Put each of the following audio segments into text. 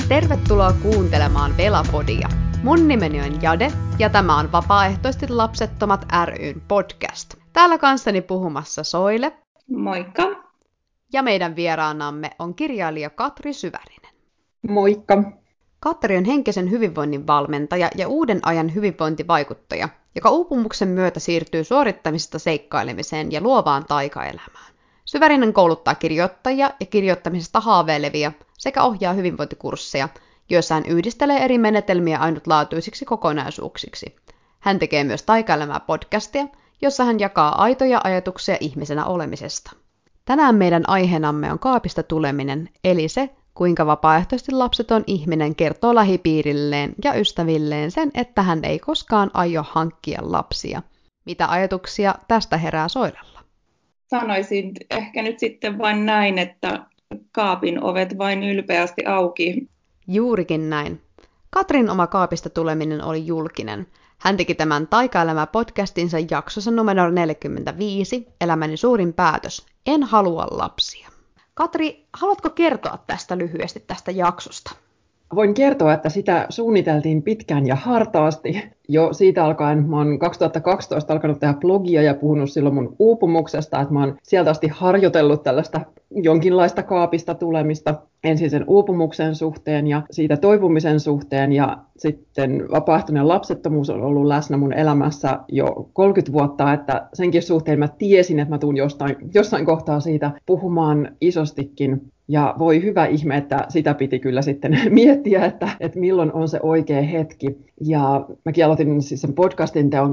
Tervetuloa kuuntelemaan Velapodia. Mun nimeni on Jade ja tämä on Vapaaehtoisesti lapsettomat ry:n podcast. Täällä kanssani puhumassa Soile. Moikka. Ja meidän vieraanamme on kirjailija Katri Syvärinen. Moikka. Katri on henkisen hyvinvoinnin valmentaja ja uuden ajan hyvinvointivaikuttaja, joka uupumuksen myötä siirtyy suorittamisesta seikkailemiseen ja luovaan taikaelämään. Syvärinen kouluttaa kirjoittajia ja kirjoittamisesta haaveilevia sekä ohjaa hyvinvointikursseja, joissa hän yhdistelee eri menetelmiä ainutlaatuisiksi kokonaisuuksiksi. Hän tekee myös taikaelämää podcastia, jossa hän jakaa aitoja ajatuksia ihmisenä olemisesta. Tänään meidän aiheenamme on kaapista tuleminen, eli se, kuinka vapaaehtoisesti lapseton ihminen kertoo lähipiirilleen ja ystävilleen sen, että hän ei koskaan aio hankkia lapsia. Mitä ajatuksia tästä herää Soilella? Sanoisin ehkä nyt sitten vain näin, että kaapin ovet vain ylpeästi auki. Juurikin näin. Katrin oma kaapista tuleminen oli julkinen. Hän teki tämän Taikaelämä-podcastinsa jaksossa numero 45, Elämäni suurin päätös, en halua lapsia. Katri, haluatko kertoa tästä lyhyesti tästä jaksosta? Voin kertoa, että sitä suunniteltiin pitkään ja hartaasti. Jo siitä alkaen, mä oon 2012 alkanut tehdä blogia ja puhunut silloin mun uupumuksesta, että mä oon sieltä asti harjoitellut tällaista jonkinlaista kaapista tulemista ensin sen uupumuksen suhteen ja siitä toipumisen suhteen, ja sitten vapaaehtoinen lapsettomuus on ollut läsnä mun elämässä jo 30 vuotta, että senkin suhteen mä tiesin, että mä tuun jossain kohtaa siitä puhumaan isostikin. Ja voi hyvä ihme, että sitä piti kyllä sitten miettiä, että milloin on se oikea hetki. Ja mäkin aloitin siis sen podcastin teon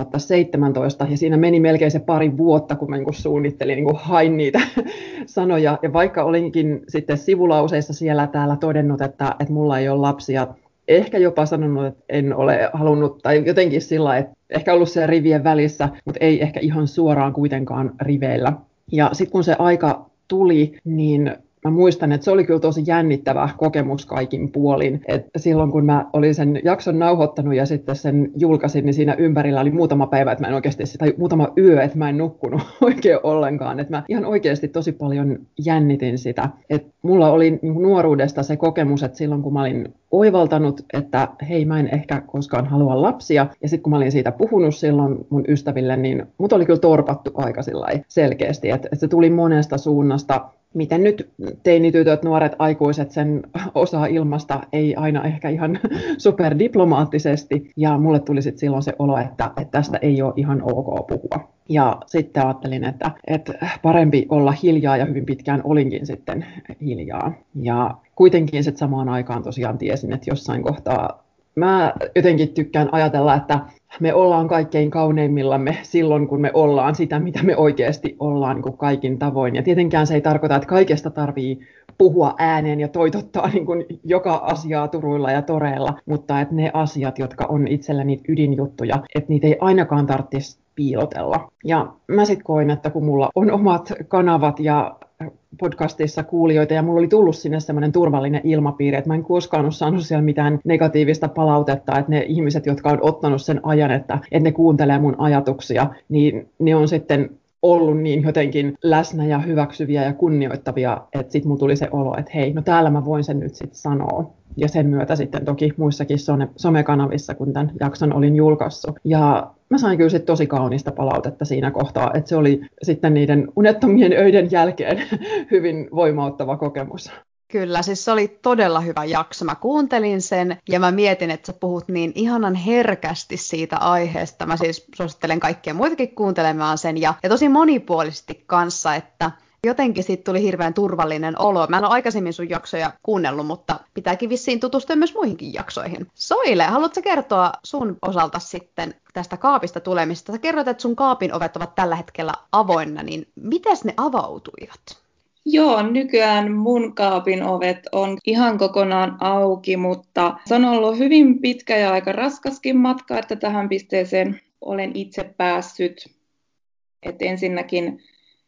2017, ja siinä meni melkein se pari vuotta, kun mä suunnittelin, hain niitä sanoja. Ja vaikka olinkin sitten sivulauseissa siellä täällä todennut, että mulla ei ole lapsia, ehkä jopa sanonut, että en ole halunnut, tai jotenkin sillä, että ehkä ollut siellä rivien välissä, mutta ei ehkä ihan suoraan kuitenkaan riveillä. Ja sitten kun se aika tuli, niin mä muistan, että se oli kyllä tosi jännittävä kokemus kaikin puolin. Et silloin kun mä olin sen jakson nauhoittanut ja sitten sen julkaisin, niin siinä ympärillä oli muutama päivä, että mä en oikeasti, tai muutama yö, että mä en nukkunut oikein ollenkaan. Et mä ihan oikeasti tosi paljon jännitin sitä. Et mulla oli nuoruudesta se kokemus, että silloin kun mä olin oivaltanut, että hei, mä en ehkä koskaan halua lapsia, ja sitten kun mä olin siitä puhunut silloin mun ystäville, niin mut oli kyllä torpattu aika selkeästi, että se tuli monesta suunnasta. Miten nyt teinitytöt, nuoret aikuiset sen osaa ilmasta, ei aina ehkä ihan superdiplomaattisesti. Ja mulle tuli sitten silloin se olo, että tästä ei ole ihan ok puhua. Ja sitten ajattelin, että parempi olla hiljaa, ja hyvin pitkään olinkin sitten hiljaa. Ja kuitenkin sitten samaan aikaan tosiaan tiesin, että jossain kohtaa mä jotenkin tykkään ajatella, että me ollaan kaikkein kauneimmillaan silloin, kun me ollaan sitä, mitä me oikeasti ollaan niin kuin kaikin tavoin. Ja tietenkään se ei tarkoita, että kaikesta tarvii puhua ääneen ja toitottaa niin kuin joka asiaa turuilla ja toreilla, mutta että ne asiat, jotka on itsellä niitä ydinjuttuja, että niitä ei ainakaan tarvitsisi piilotella. Ja mä sitten koin, että kun mulla on omat kanavat ja podcastissa kuulijoita, ja mulla oli tullut sinne semmoinen turvallinen ilmapiiri, että mä en koskaan ole saanut siellä mitään negatiivista palautetta, että ne ihmiset, jotka on ottanut sen ajan, että ne kuuntelee mun ajatuksia, niin ne on sitten ollut niin jotenkin läsnä ja hyväksyviä ja kunnioittavia, että sitten mulla tuli se olo, että hei, no täällä mä voin sen nyt sitten sanoa. Ja sen myötä sitten toki muissakin somekanavissa, kun tämän jakson olin julkaissut. Ja mä sain kyllä sitten tosi kaunista palautetta siinä kohtaa, että se oli sitten niiden unettomien öiden jälkeen hyvin voimauttava kokemus. Kyllä, siis se oli todella hyvä jakso. Mä kuuntelin sen ja mä mietin, että sä puhut niin ihanan herkästi siitä aiheesta. Mä siis suosittelen kaikkia muitakin kuuntelemaan sen ja tosi monipuolisesti kanssa, että jotenkin siitä tuli hirveän turvallinen olo. Mä en ole aikaisemmin sun jaksoja kuunnellut, mutta pitääkin vissiin tutustua myös muihinkin jaksoihin. Soile, haluatko kertoa sun osalta sitten tästä kaapista tulemista? Sä kerroit, että sun kaapin ovet ovat tällä hetkellä avoinna, niin miten ne avautuivat? Joo, nykyään mun kaapin ovet on ihan kokonaan auki, mutta se on ollut hyvin pitkä ja aika raskaskin matka, että tähän pisteeseen olen itse päässyt. Et ensinnäkin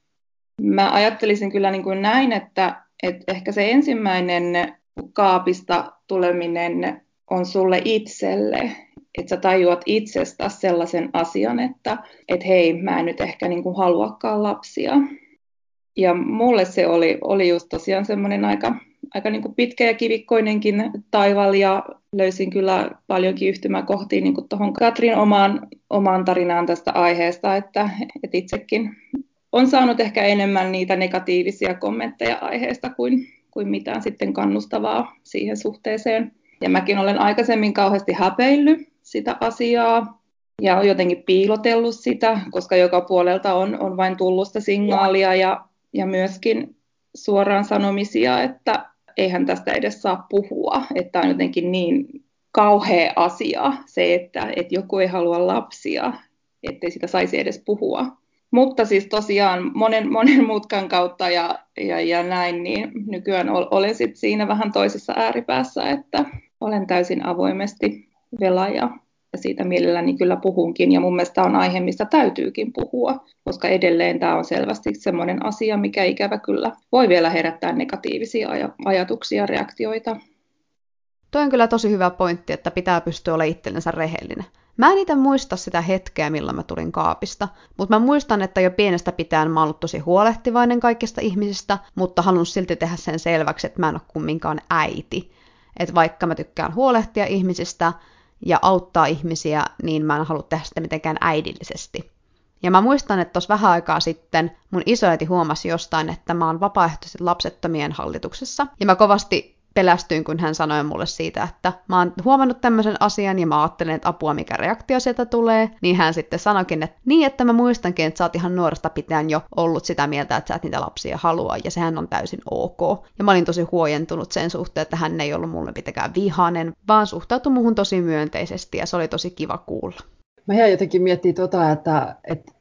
mä ajattelisin kyllä niin kuin näin, että ehkä se ensimmäinen kaapista tuleminen on sulle itselle. Että sä tajuat itsestäsi sellaisen asian, että hei, mä en nyt ehkä niin kuin haluakaan lapsia. Ja mulle se oli just tosiaan semmoinen aika niin kuin pitkä ja kivikkoinenkin taival ja löysin kyllä paljonkin yhtymäkohtia niin kuin tuohon Katrin omaan tarinaan tästä aiheesta, että itsekin on saanut ehkä enemmän niitä negatiivisia kommentteja aiheesta kuin mitään sitten kannustavaa siihen suhteeseen. Ja mäkin olen aikaisemmin kauheasti häpeillyt sitä asiaa ja jotenkin piilotellut sitä, koska joka puolelta on vain tullut sitä signaalia ja myöskin suoraan sanomisia, että eihän tästä edes saa puhua, että on jotenkin niin kauhea asia se, että joku ei halua lapsia, ettei sitä saisi edes puhua. Mutta siis tosiaan monen mutkan kautta ja näin, niin nykyään olen sit siinä vähän toisessa ääripäässä, että olen täysin avoimesti velaaja. Ja siitä mielelläni kyllä puhunkin, ja mun mielestä on aihe, mistä täytyykin puhua, koska edelleen tämä on selvästi semmoinen asia, mikä ikävä kyllä voi vielä herättää negatiivisia ajatuksia ja reaktioita. Toi on kyllä tosi hyvä pointti, että pitää pystyä olemaan itsellensä rehellinen. Mä en itse muista sitä hetkeä, milloin mä tulin kaapista, mutta mä muistan, että jo pienestä pitäen mä oon ollut tosi huolehtivainen kaikista ihmisistä, mutta haluan silti tehdä sen selväksi, että mä en ole kumminkaan äiti. Että vaikka mä tykkään huolehtia ihmisistä ja auttaa ihmisiä, niin mä en halua tehdä sitä mitenkään äidillisesti. Ja mä muistan, että tuossa vähän aikaa sitten mun isoäiti huomasi jostain, että mä oon vapaaehtoisesti lapsettomien hallituksessa. Ja mä kovasti pelästyin, kun hän sanoi mulle siitä, että mä oon huomannut tämmöisen asian ja mä ajattelen, että apua mikä reaktio sieltä tulee. Niin hän sitten sanoikin, että niin, että mä muistankin, että sä oot ihan nuoresta pitäen jo ollut sitä mieltä, että sä et niitä lapsia halua ja sehän on täysin ok. Ja mä olin tosi huojentunut sen suhteen, että hän ei ollut mulle mitenkään vihainen, vaan suhtautui muhun tosi myönteisesti ja se oli tosi kiva kuulla. Mä jäin jotenkin miettimään että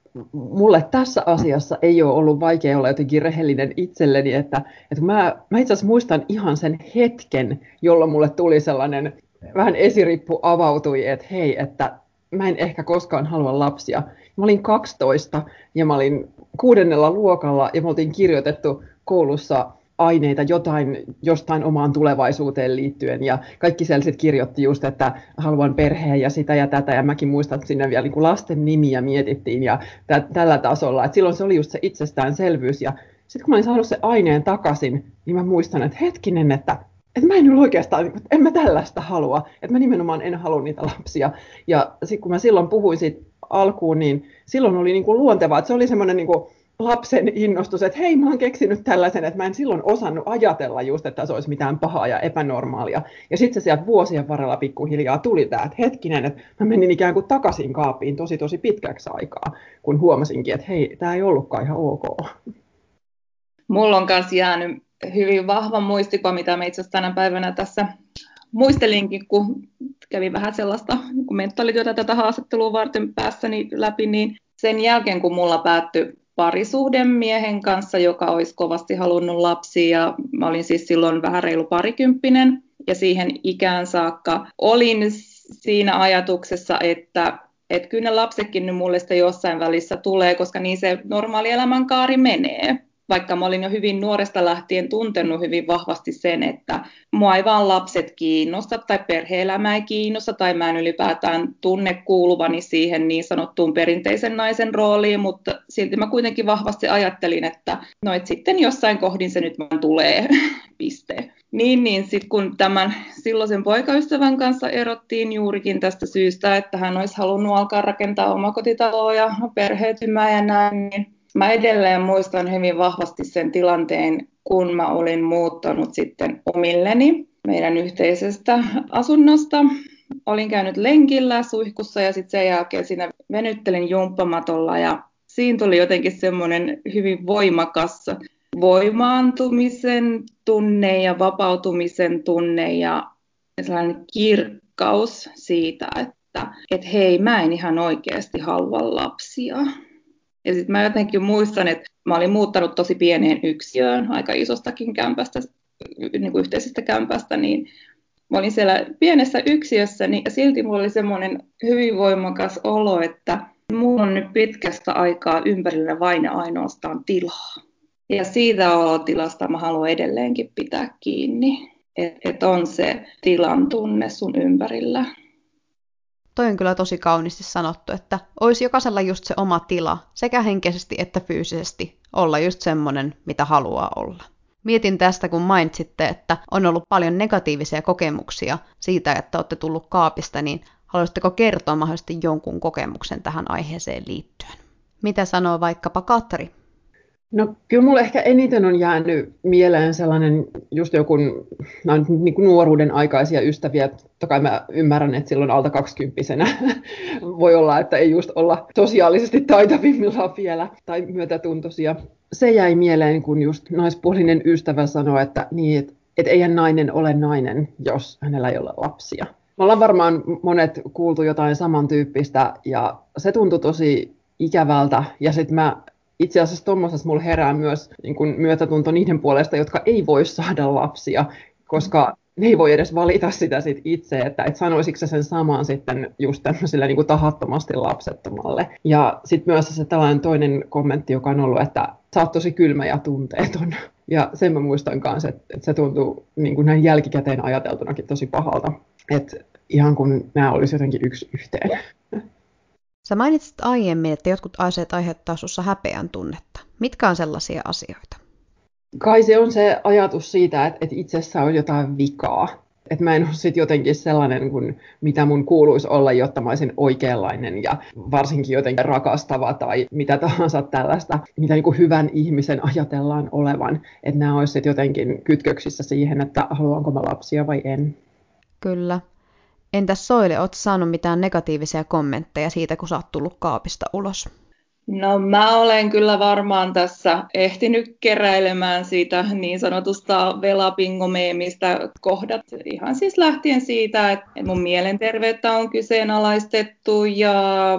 mulle tässä asiassa ei ole ollut vaikea olla jotenkin rehellinen itselleni, että mä itse asiassa muistan ihan sen hetken, jolloin mulle tuli sellainen vähän esirippu avautui, että hei, että mä en ehkä koskaan halua lapsia. Mä olin 12 ja mä olin 6. luokalla ja me oltiin kirjoitettu koulussa aineita jostain omaan tulevaisuuteen liittyen ja kaikki sellaiset kirjoitti just, että haluan perheen ja sitä ja tätä ja mäkin muistan, että sinne vielä niin kuin lasten nimiä mietittiin ja tällä tasolla, että silloin se oli just se itsestäänselvyys ja sitten kun mä olin saanut se aineen takaisin, niin mä muistan, että hetkinen, että mä en nyt oikeastaan, en mä tällaista halua, että mä nimenomaan en halua niitä lapsia ja sitten kun mä silloin puhuin siitä alkuun, niin silloin oli niin kuin luontevaa, että se oli semmoinen niin kuin lapsen innostus, että hei, mä oon keksinyt tällaisen, että mä en silloin osannut ajatella just, että se olisi mitään pahaa ja epänormaalia. Ja sitten se sieltä vuosien varrella pikkuhiljaa tuli tämä, että hetkinen, että mä menin ikään kuin takaisin kaapiin tosi pitkäksi aikaa, kun huomasinkin, että hei, tämä ei ollutkaan ihan ok. Mulla on myös jäänyt hyvin vahva muistikuva, mitä me itse asiassa tänä päivänä tässä muistelinkin, kun kävin vähän sellaista mentaalityötä tätä haastattelua varten päässäni läpi, niin sen jälkeen, kun mulla päättyi parisuhde miehen kanssa, joka olisi kovasti halunnut lapsia, ja mä olin siis silloin vähän reilu parikymppinen, ja siihen ikään saakka olin siinä ajatuksessa, että kyllä ne lapsetkin nyt mulle sitä jossain välissä tulee, koska niin se normaali elämänkaari menee. Vaikka mä olin jo hyvin nuoresta lähtien tuntenut hyvin vahvasti sen, että mua ei vaan lapset kiinnosta tai perhe-elämä ei kiinnosta tai mä en ylipäätään tunne kuuluvani siihen niin sanottuun perinteisen naisen rooliin, mutta silti mä kuitenkin vahvasti ajattelin, että no et sitten jossain kohdin se nyt vaan tulee, piste. Niin sitten kun tämän silloisen poikaystävän kanssa erottiin juurikin tästä syystä, että hän olisi halunnut alkaa rakentaa omakotitaloa ja perheetymää ja näin, niin mä edelleen muistan hyvin vahvasti sen tilanteen, kun mä olin muuttanut sitten omilleni meidän yhteisestä asunnosta. Olin käynyt lenkillä suihkussa ja sitten sen jälkeen siinä venyttelin jumppamatolla ja siinä tuli jotenkin semmoinen hyvin voimakas voimaantumisen tunne ja vapautumisen tunne ja sellainen kirkkaus siitä, että hei, mä en ihan oikeasti halua lapsia. Ja sitten mä jotenkin muistan, että mä olin muuttanut tosi pieneen yksiöön, aika isostakin kämpästä, niin kuin yhteisestä kämpästä, niin mä olin siellä pienessä yksiössä, niin silti mulla oli semmoinen hyvin voimakas olo, että mulla on nyt pitkästä aikaa ympärillä vain ja ainoastaan tilaa. Ja siitä olotilasta mä haluan edelleenkin pitää kiinni, että on se tilan tunne sun ympärillä. Toi on kyllä tosi kauniisti sanottu, että olisi jokaisella just se oma tila, sekä henkisesti että fyysisesti, olla just semmoinen, mitä haluaa olla. Mietin tästä, kun mainitsitte, että on ollut paljon negatiivisia kokemuksia siitä, että olette tullut kaapista, niin haluaisitteko kertoa mahdollisesti jonkun kokemuksen tähän aiheeseen liittyen? Mitä sanoo vaikkapa Katri? No kyllä mulle ehkä eniten on jäänyt mieleen sellainen just joku niin kuin nuoruuden aikaisia ystäviä. Totta kai mä ymmärrän, että silloin alta 20-vuotiaana voi olla, että ei just olla sosiaalisesti taitavimmillaan vielä tai myötätuntoisia. Se jäi mieleen, kun just naispuolinen ystävä sanoi, että eihän nainen ole nainen, jos hänellä ei ole lapsia. Me ollaan varmaan monet kuultu jotain samantyyppistä ja se tuntui tosi ikävältä ja sitten mä itse asiassa tuommoisessa mulla herää myös niin kun myötätunto niiden puolesta, jotka ei voi saada lapsia, koska ne ei voi edes valita sitä sit itse, että et sanoisitko sen saman sitten just tämmöiselle niin kuin tahattomasti lapsettomalle. Ja sitten myös se tällainen toinen kommentti, joka on ollut, että sä oot tosi kylmä ja tunteeton. Ja sen mä muistan kanssa, että se tuntuu niin kuin näin jälkikäteen ajateltunakin tosi pahalta. Että ihan kun nämä olisi jotenkin yksi yhteen. Sä mainitsit aiemmin, että jotkut asiat aiheuttaa sussa häpeän tunnetta. Mitkä on sellaisia asioita? Kai se on se ajatus siitä, että itsessä on jotain vikaa. Että mä en ole sit jotenkin sellainen kuin mitä mun kuuluisi olla, jotta mä olisin oikeanlainen ja varsinkin jotenkin rakastava tai mitä tahansa tällaista, mitä niin kuin hyvän ihmisen ajatellaan olevan. Että nämä olisivat jotenkin kytköksissä siihen, että haluanko mä lapsia vai en. Kyllä. Entäs Soile, ootko saanut mitään negatiivisia kommentteja siitä, kun sä oot tullut kaapista ulos? No mä olen kyllä varmaan tässä ehtinyt keräilemään siitä niin sanotusta velapingomeemistä kohdat. Ihan siis lähtien siitä, että mun mielenterveyttä on kyseenalaistettu ja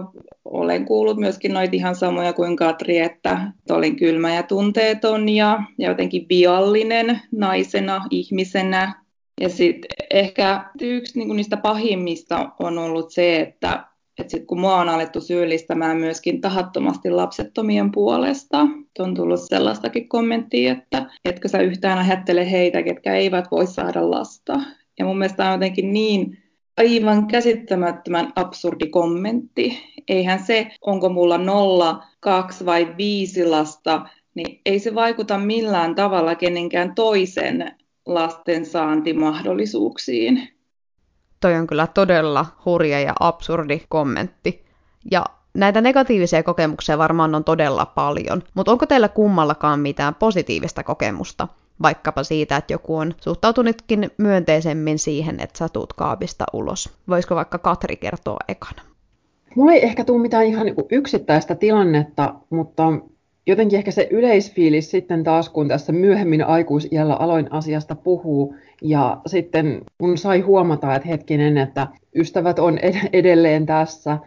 olen kuullut myöskin noita ihan samoja kuin Katri, että olin kylmä ja tunteeton ja jotenkin viallinen naisena, ihmisenä. Ja sitten ehkä yksi niistä pahimmista on ollut se, että sit kun mua on alettu syyllistämään myöskin tahattomasti lapsettomien puolesta, on tullut sellaistakin kommenttia, että etkö sä yhtään ajattele heitä, ketkä eivät voi saada lasta. Ja mun mielestä on jotenkin niin aivan käsittämättömän absurdi kommentti. Eihän se, onko mulla 0, 2 vai 5 lasta, niin ei se vaikuta millään tavalla kenenkään toisen lasten saantimahdollisuuksiin. Toi on kyllä todella hurja ja absurdi kommentti. Ja näitä negatiivisia kokemuksia varmaan on todella paljon, mutta onko teillä kummallakaan mitään positiivista kokemusta? Vaikkapa siitä, että joku on suhtautunutkin myönteisemmin siihen, että sä tuut kaapista ulos. Voisiko vaikka Katri kertoa ekana? Mulla ei ehkä tule mitään ihan yksittäistä tilannetta, mutta jotenkin ehkä se yleisfiilis sitten taas, kun tässä myöhemmin aikuisiällä aloin asiasta puhua, ja sitten kun sai huomata, että hetkinen, että ystävät on edelleen tässä,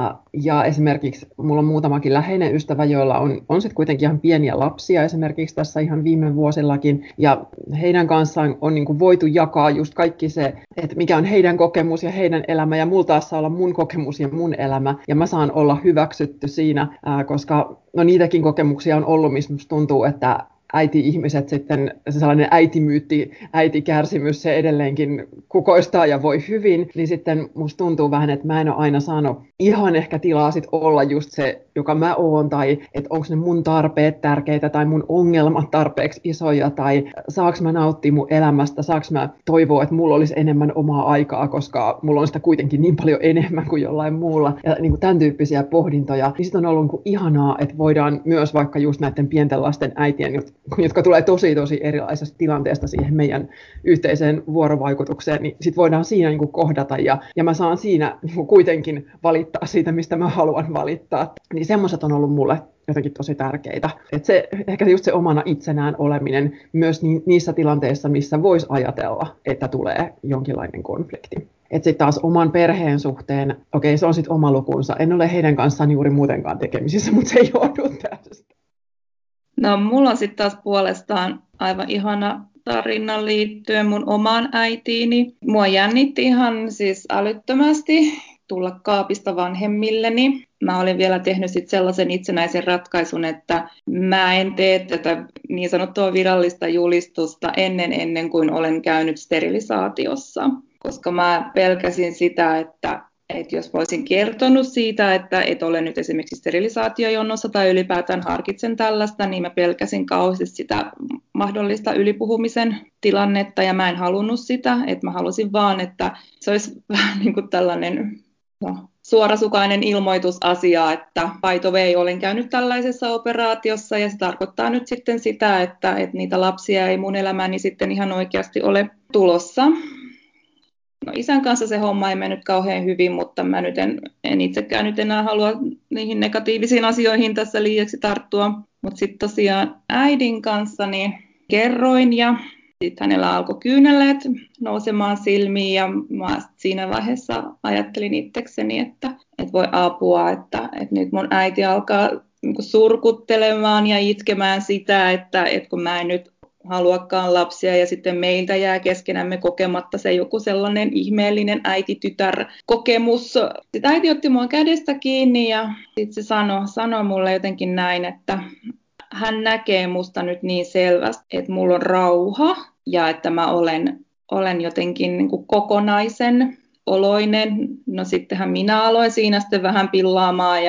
ja esimerkiksi mulla on muutamakin läheinen ystävä, joilla on sitten kuitenkin ihan pieniä lapsia esimerkiksi tässä ihan viime vuosillakin, ja heidän kanssaan on niin kuin voitu jakaa just kaikki se, että mikä on heidän kokemus ja heidän elämä, ja mulla taas saa olla mun kokemus ja mun elämä, ja mä saan olla hyväksytty siinä, koska no niitäkin kokemuksia on ollut, missä musta tuntuu, että äiti-ihmiset sitten, se sellainen äitimyytti, äitikärsimys, se edelleenkin kukoistaa ja voi hyvin, niin sitten musta tuntuu vähän, että mä en ole aina saanut ihan ehkä tilaa sit olla just se, joka mä oon, tai että onko ne mun tarpeet tärkeitä, tai mun ongelmat tarpeeksi isoja, tai saaks mä nauttia mun elämästä, saaks mä toivoa, että mulla olisi enemmän omaa aikaa, koska mulla on sitä kuitenkin niin paljon enemmän kuin jollain muulla, ja niin kuin tämän tyyppisiä pohdintoja, niin sitten on ollut niin kuin ihanaa, että voidaan myös vaikka just näiden pienten lasten äitien, jotka tulee tosi erilaisesta tilanteesta siihen meidän yhteiseen vuorovaikutukseen, niin sitten voidaan siinä niin kuin kohdata ja mä saan siinä niin kuin kuitenkin valittaa siitä, mistä mä haluan valittaa. Niin semmoiset on ollut mulle jotenkin tosi tärkeitä. Et se, ehkä just se omana itsenään oleminen myös niissä tilanteissa, missä voisi ajatella, että tulee jonkinlainen konflikti. Että sitten taas oman perheen suhteen, okei, se on sitten oma lukunsa. En ole heidän kanssaan juuri muutenkaan tekemisissä, mutta se ei johdu tästä. No, mulla on sitten taas puolestaan aivan ihana tarina liittyen mun omaan äitiini. Mua jännitti ihan siis älyttömästi tulla kaapista vanhemmilleni. Mä olin vielä tehnyt sit sellaisen itsenäisen ratkaisun, että mä en tee tätä niin sanottua virallista julistusta ennen kuin olen käynyt sterilisaatiossa. Koska mä pelkäsin sitä, että että jos voisin kertonut siitä, että et olen nyt esimerkiksi sterilisaatiojonossa tai ylipäätään harkitsen tällaista, niin mä pelkäsin kauheasti sitä mahdollista ylipuhumisen tilannetta ja mä en halunnut sitä, että mä halusin vaan, että se olisi vähän niin kuin tällainen suorasukainen ilmoitusasia, että by the way, olen käynyt tällaisessa operaatiossa ja se tarkoittaa nyt sitten sitä, että niitä lapsia ei mun elämäni sitten ihan oikeasti ole tulossa. No, isän kanssa se homma ei mennyt kauhean hyvin, mutta mä nyt en itsekään nyt enää halua niihin negatiivisiin asioihin tässä liiaksi tarttua. Mutta sitten tosiaan äidin kanssa niin kerroin ja sitten hänellä alkoi kyyneleet nousemaan silmiin ja mä siinä vaiheessa ajattelin itsekseni, että voi apua, että nyt mun äiti alkaa niinku surkuttelemaan ja itkemään sitä, että kun mä en nyt haluakaan lapsia ja sitten meiltä jää keskenämme kokematta se joku sellainen ihmeellinen äiti-tytär-kokemus. Sitten äiti otti mua kädestä kiinni ja sitten se sanoi mulle jotenkin näin, että hän näkee musta nyt niin selvästi, että mulla on rauha ja että mä olen jotenkin niin kuin kokonaisen oloinen. No sittenhän minä aloin siinä sitten vähän pillaamaan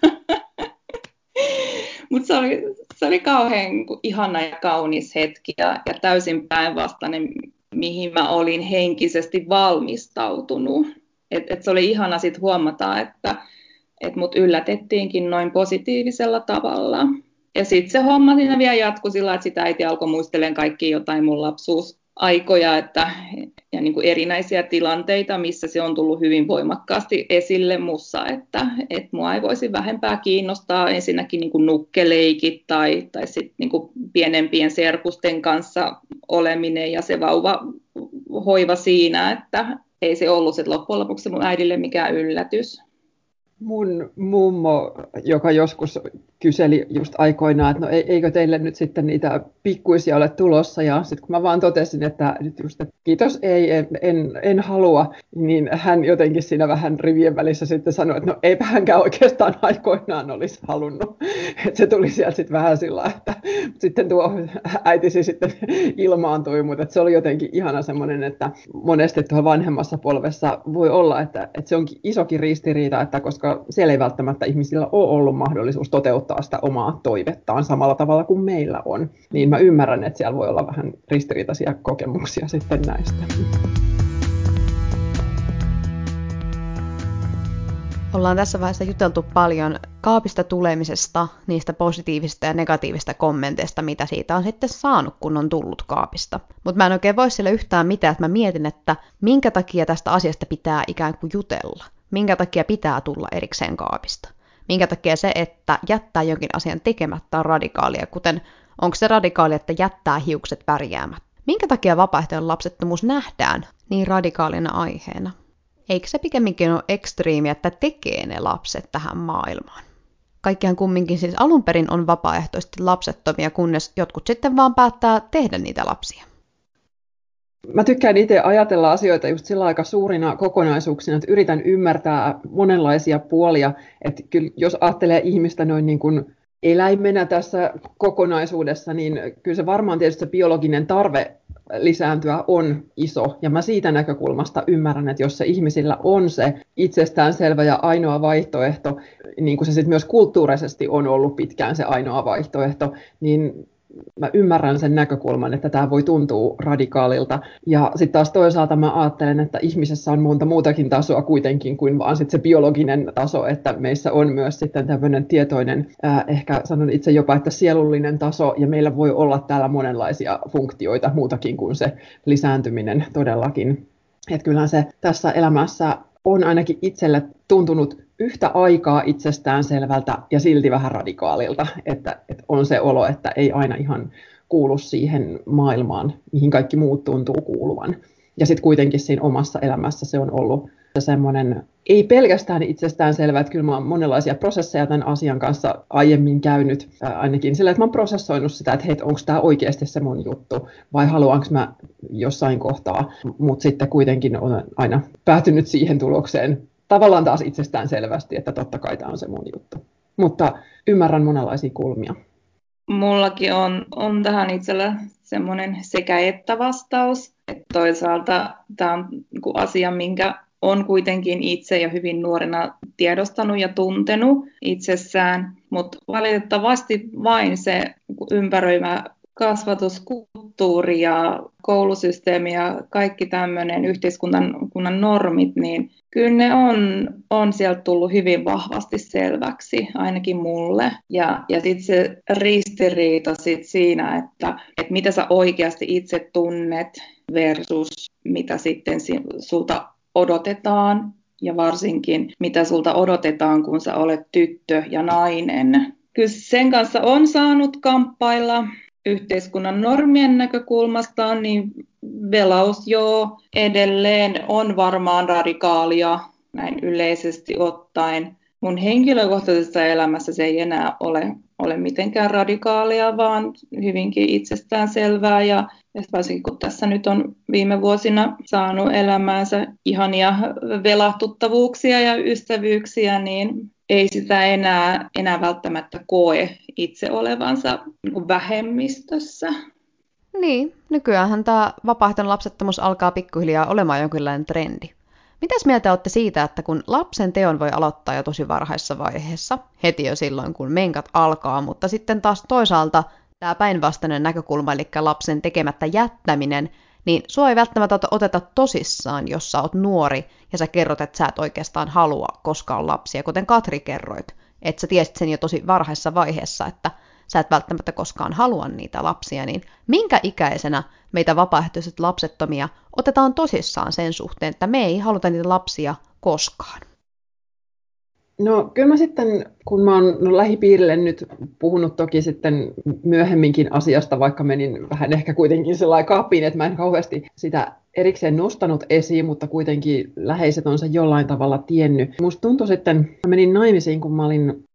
mutta se oli kauhean ihana ja kaunis hetki ja täysin päinvastainen, mihin mä olin henkisesti valmistautunut. Et se oli ihana sit huomata, että mut yllätettiinkin noin positiivisella tavalla. Ja sitten se homma siinä vielä jatkui sillä, että sitä äiti alkoi muistelemaan kaikki jotain mun lapsuusaikoja ja niin kuin erinäisiä tilanteita, missä se on tullut hyvin voimakkaasti esille mussa, että mua ei voisi vähempää kiinnostaa ensinnäkin niin kuin nukkeleikit tai sitten niin kuin pienempien serkusten kanssa oleminen ja se vauvahoiva siinä, että ei se ollut sit loppujen lopuksi mun äidille mikään yllätys. Mun mummo, joka joskus kyseli just aikoinaan, että no eikö teille nyt sitten niitä pikkuisia ole tulossa, ja sitten kun mä vaan totesin, että nyt just, että kiitos, en halua, niin hän jotenkin siinä vähän rivien välissä sitten sanoi, että no eipä hänkään oikeastaan aikoinaan olisi halunnut. Että se tuli sieltä sitten vähän sillä, että sitten tuo äitisi sitten ilmaantui, mutta se oli jotenkin ihana semmoinen, että monesti tuolla vanhemmassa polvessa voi olla, että se onkin isokin ristiriita, että koska siellä ei välttämättä ihmisillä ole ollut mahdollisuus toteuttaa sitä omaa toivettaan samalla tavalla kuin meillä on. Niin mä ymmärrän, että siellä voi olla vähän ristiriitaisia kokemuksia sitten näistä. Ollaan tässä vaiheessa juteltu paljon kaapista tulemisesta, niistä positiivisista ja negatiivista kommenteista, mitä siitä on sitten saanut, kun on tullut kaapista. Mutta mä en oikein voi sille yhtään mitään, että mä mietin, että minkä takia tästä asiasta pitää ikään kuin jutella. Minkä takia pitää tulla erikseen kaapista? Minkä takia se, että jättää jonkin asian tekemättä on radikaalia, kuten onko se radikaalia, että jättää hiukset värjäämättä? Minkä takia vapaaehtoinen lapsettomuus nähdään niin radikaalina aiheena? Eikö se pikemminkin ole ekstriimiä, että tekee ne lapset tähän maailmaan? Kaikkihan kumminkin siis alun perin on vapaaehtoisesti lapsettomia, kunnes jotkut sitten vaan päättää tehdä niitä lapsia. Mä tykkään itse ajatella asioita just sillä aika suurina kokonaisuuksina, että yritän ymmärtää monenlaisia puolia. Että kyllä jos ajattelee ihmistä noin niin kuin eläimenä tässä kokonaisuudessa, niin kyllä se varmaan tietysti se biologinen tarve lisääntyä on iso. Ja mä siitä näkökulmasta ymmärrän, että jos se ihmisillä on se itsestäänselvä ja ainoa vaihtoehto, niin kuin se sitten myös kulttuurisesti on ollut pitkään se ainoa vaihtoehto, niin mä ymmärrän sen näkökulman, että tämä voi tuntua radikaalilta. Ja sitten taas toisaalta mä ajattelen, että ihmisessä on monta muutakin tasoa kuitenkin kuin vaan sit se biologinen taso, että meissä on myös sitten tämmöinen tietoinen, ehkä sanon itse jopa, että sielullinen taso, ja meillä voi olla täällä monenlaisia funktioita muutakin kuin se lisääntyminen todellakin. Että kyllähän se tässä elämässä on ainakin itselle tuntunut yhtä aikaa itsestään selvältä ja silti vähän radikaalilta, että on se olo, että ei aina ihan kuulu siihen maailmaan, mihin kaikki muut tuntuu kuuluvan. Ja sitten kuitenkin siinä omassa elämässä se on ollut semmoinen, ei pelkästään itsestään selvä, että kyllä mä oon monenlaisia prosesseja tämän asian kanssa aiemmin käynyt, ainakin sillä, että mä oon prosessoinut sitä, että hei, onko tämä oikeasti se mun juttu, vai haluanko mä jossain kohtaa, mutta sitten kuitenkin olen aina päätynyt siihen tulokseen, tavallaan taas itsestään selvästi, että totta kai tämä on se mun juttu. Mutta ymmärrän monenlaisia kulmia. Mullakin on tähän itsellä semmoinen sekä että vastaus. Että toisaalta tämä on asia, minkä on kuitenkin itse jo hyvin nuorena tiedostanut ja tuntenut itsessään, mutta valitettavasti vain se ympäröimä kasvatuskulttuuri ja koulusysteemi ja kaikki tämmöinen yhteiskunnan normit, niin kyllä ne on sieltä tullut hyvin vahvasti selväksi, ainakin mulle. Ja sitten se ristiriita siinä, että mitä sä oikeasti itse tunnet versus mitä sitten sulta odotetaan. Ja varsinkin mitä sulta odotetaan, kun sä olet tyttö ja nainen. Kyllä sen kanssa on saanut kamppailla. Yhteiskunnan normien näkökulmasta, niin velaus edelleen on varmaan radikaalia näin yleisesti ottaen. Mun henkilökohtaisessa elämässä se ei enää ole mitenkään radikaalia, vaan hyvinkin itsestäänselvää. Ja varsinkin kun tässä nyt on viime vuosina saanut elämäänsä ihania velahtuttavuuksia ja ystävyyksiä, niin ei sitä enää välttämättä koe itse olevansa vähemmistössä. Niin, nykyäänhän tämä vapaaehtoinen lapsettomuus alkaa pikkuhiljaa olemaan jonkinlainen trendi. Mitäs mieltä olette siitä, että kun lapsen teon voi aloittaa jo tosi varhaisessa vaiheessa, heti jo silloin kun menkat alkaa, mutta sitten taas toisaalta tämä päinvastainen näkökulma, eli lapsen tekemättä jättäminen, niin sua ei välttämättä oteta tosissaan, jos sä oot nuori ja sä kerrot, että sä et oikeastaan halua koskaan lapsia, kuten Katri kerroit, että sä tiesit sen jo tosi varhaisessa vaiheessa, että sä et välttämättä koskaan halua niitä lapsia, niin minkä ikäisenä meitä vapaaehtoiset lapsettomia otetaan tosissaan sen suhteen, että me ei haluta niitä lapsia koskaan? No kyllä mä sitten, kun mä oon lähipiirille nyt puhunut toki sitten myöhemminkin asiasta, vaikka menin vähän ehkä kuitenkin sellainen kaappiin, että mä en kauheasti sitä erikseen nostanut esiin, mutta kuitenkin läheiset on se jollain tavalla tiennyt. Musta tuntui sitten, mä menin naimisiin, kun mä olin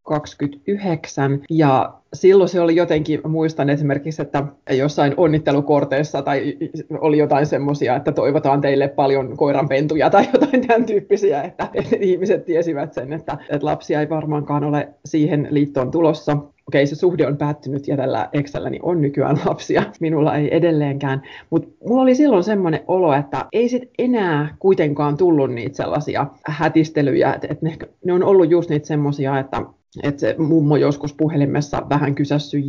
29 ja silloin se oli jotenkin, muistan esimerkiksi, että jossain onnittelukorteissa tai oli jotain semmoisia, että toivotaan teille paljon koiranpentuja tai jotain tämän tyyppisiä, että ihmiset tiesivät sen, että lapsia ei varmaankaan ole siihen liittoon tulossa. Okei, se suhde on päättynyt ja tällä eksälläni on nykyään lapsia. Minulla ei edelleenkään. Mutta mulla oli silloin semmoinen olo, että ei sit enää kuitenkaan tullut niitä sellaisia hätistelyjä. Että ne on ollut just niitä semmoisia, että se mummo joskus puhelimessa vähän kysässy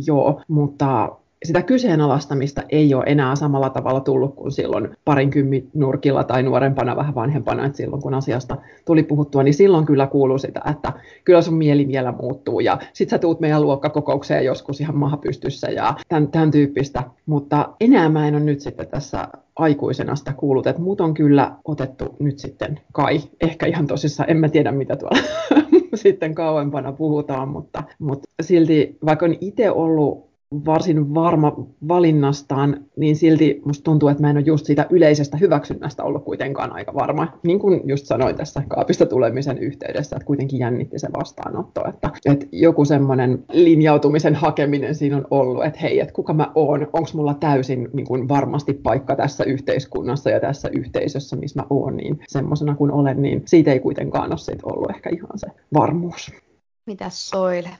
mutta sitä kyseenalaistamista ei ole enää samalla tavalla tullut kuin silloin nurkilla tai nuorempana, vähän vanhempana, että silloin kun asiasta tuli puhuttua, niin silloin kyllä kuuluu sitä, että kyllä sun mieli vielä muuttuu ja sit sä tuut meidän luokkakokoukseen joskus ihan maha pystyssä ja tämän tyyppistä, mutta enää mä en ole nyt sitten tässä aikuisena sitä kuullut, että mut on kyllä otettu nyt sitten kai, ehkä ihan tosissaan, en mä tiedä mitä tuolla sitten kauempana puhutaan, mutta silti vaikka on itse ollut varsin varma valinnastaan, niin silti musta tuntuu, että mä en ole just siitä yleisestä hyväksynnästä ollut kuitenkaan aika varma. Niin kuin just sanoin tässä kaapista tulemisen yhteydessä, että kuitenkin jännitti se vastaanotto, että joku semmoinen linjautumisen hakeminen siinä on ollut, että hei, että kuka mä oon, onko mulla täysin niin kuin varmasti paikka tässä yhteiskunnassa ja tässä yhteisössä, missä mä oon, niin semmoisena kuin olen, niin siitä ei kuitenkaan ole sit ollut ehkä ihan se varmuus. Mitäs Soile?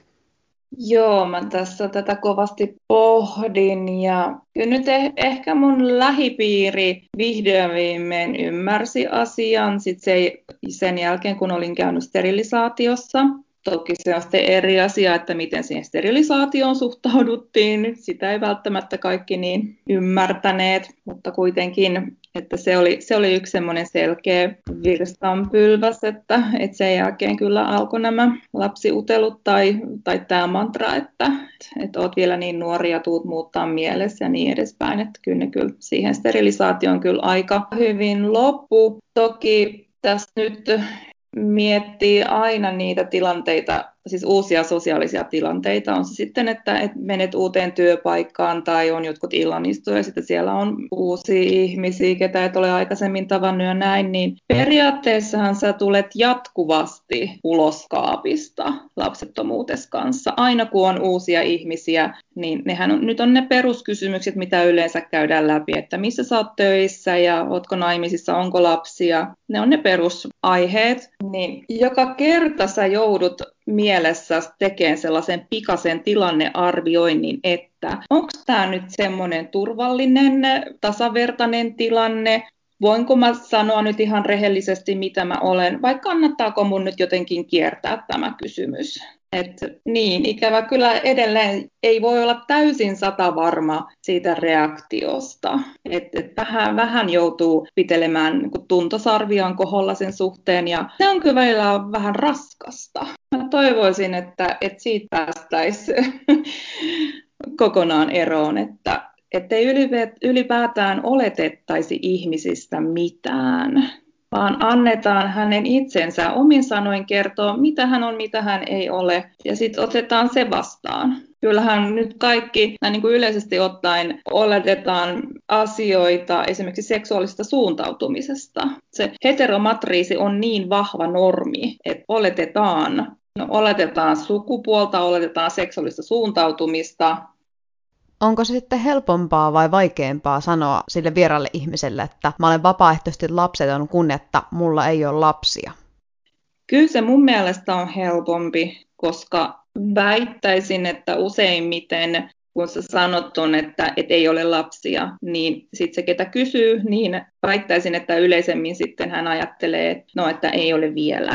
Joo, mä tässä tätä kovasti pohdin ja kyllä nyt ehkä mun lähipiiri vihdoin viimein ymmärsi asian sen jälkeen, kun olin käynyt sterilisaatiossa. Toki se on sitten eri asia, että miten siihen sterilisaatioon suhtauduttiin. Sitä ei välttämättä kaikki niin ymmärtäneet, mutta kuitenkin, että se oli yksi semmoinen selkeä virstanpylväs, että sen jälkeen kyllä alkoi nämä lapsiutelut tai tämä mantra, että oot vielä niin nuori ja tuut muuttaa mielessä ja niin edespäin. Että kyllä siihen sterilisaatioon kyllä aika hyvin loppu. Toki tässä nyt miettii aina niitä tilanteita, siis uusia sosiaalisia tilanteita, on se sitten, että menet uuteen työpaikkaan tai on jotkut illanistuja ja sitten siellä on uusia ihmisiä, ketä et ole aikaisemmin tavannut ja näin, niin periaatteessahan sä tulet jatkuvasti ulos kaapista lapsettomuutes kanssa. Aina kun on uusia ihmisiä, niin nyt on ne peruskysymykset, mitä yleensä käydään läpi, että missä sä oot töissä ja ootko naimisissa, onko lapsia. Ne on ne perusaiheet, niin joka kerta sä joudut mielessä tekemään sellaisen pikaisen tilannearvioinnin, että onko tämä nyt semmoinen turvallinen, tasavertainen tilanne, voinko mä sanoa nyt ihan rehellisesti, mitä mä olen, vai kannattaako mun nyt jotenkin kiertää tämä kysymys? Niin, ikävä kyllä edelleen ei voi olla täysin satavarma siitä reaktiosta. Vähän joutuu pitelemään niin kuin tuntosarviaan koholla sen suhteen, ja se on kyllä välillä vähän raskasta. Mä toivoisin, että siitä päästäisiin kokonaan eroon, ettei ylipäätään oletettaisi ihmisistä mitään, vaan annetaan hänen itsensä omin sanoin kertoa, mitä hän on, mitä hän ei ole, ja sitten otetaan se vastaan. Kyllähän nyt kaikki, niin kuin yleisesti ottaen, oletetaan asioita esimerkiksi seksuaalisesta suuntautumisesta. Se heteromatriisi on niin vahva normi, että oletetaan sukupuolta, oletetaan seksuaalista suuntautumista. Onko se sitten helpompaa vai vaikeampaa sanoa sille vieraalle ihmiselle, että mä olen vapaaehtoisesti lapseton, kun että mulla ei ole lapsia? Kyllä se mun mielestä on helpompi, koska väittäisin, että useimmiten, kun sä sanot on, että ei ole lapsia, niin sitten se, ketä kysyy, niin väittäisin, että yleisemmin sitten hän ajattelee, että ei ole vielä.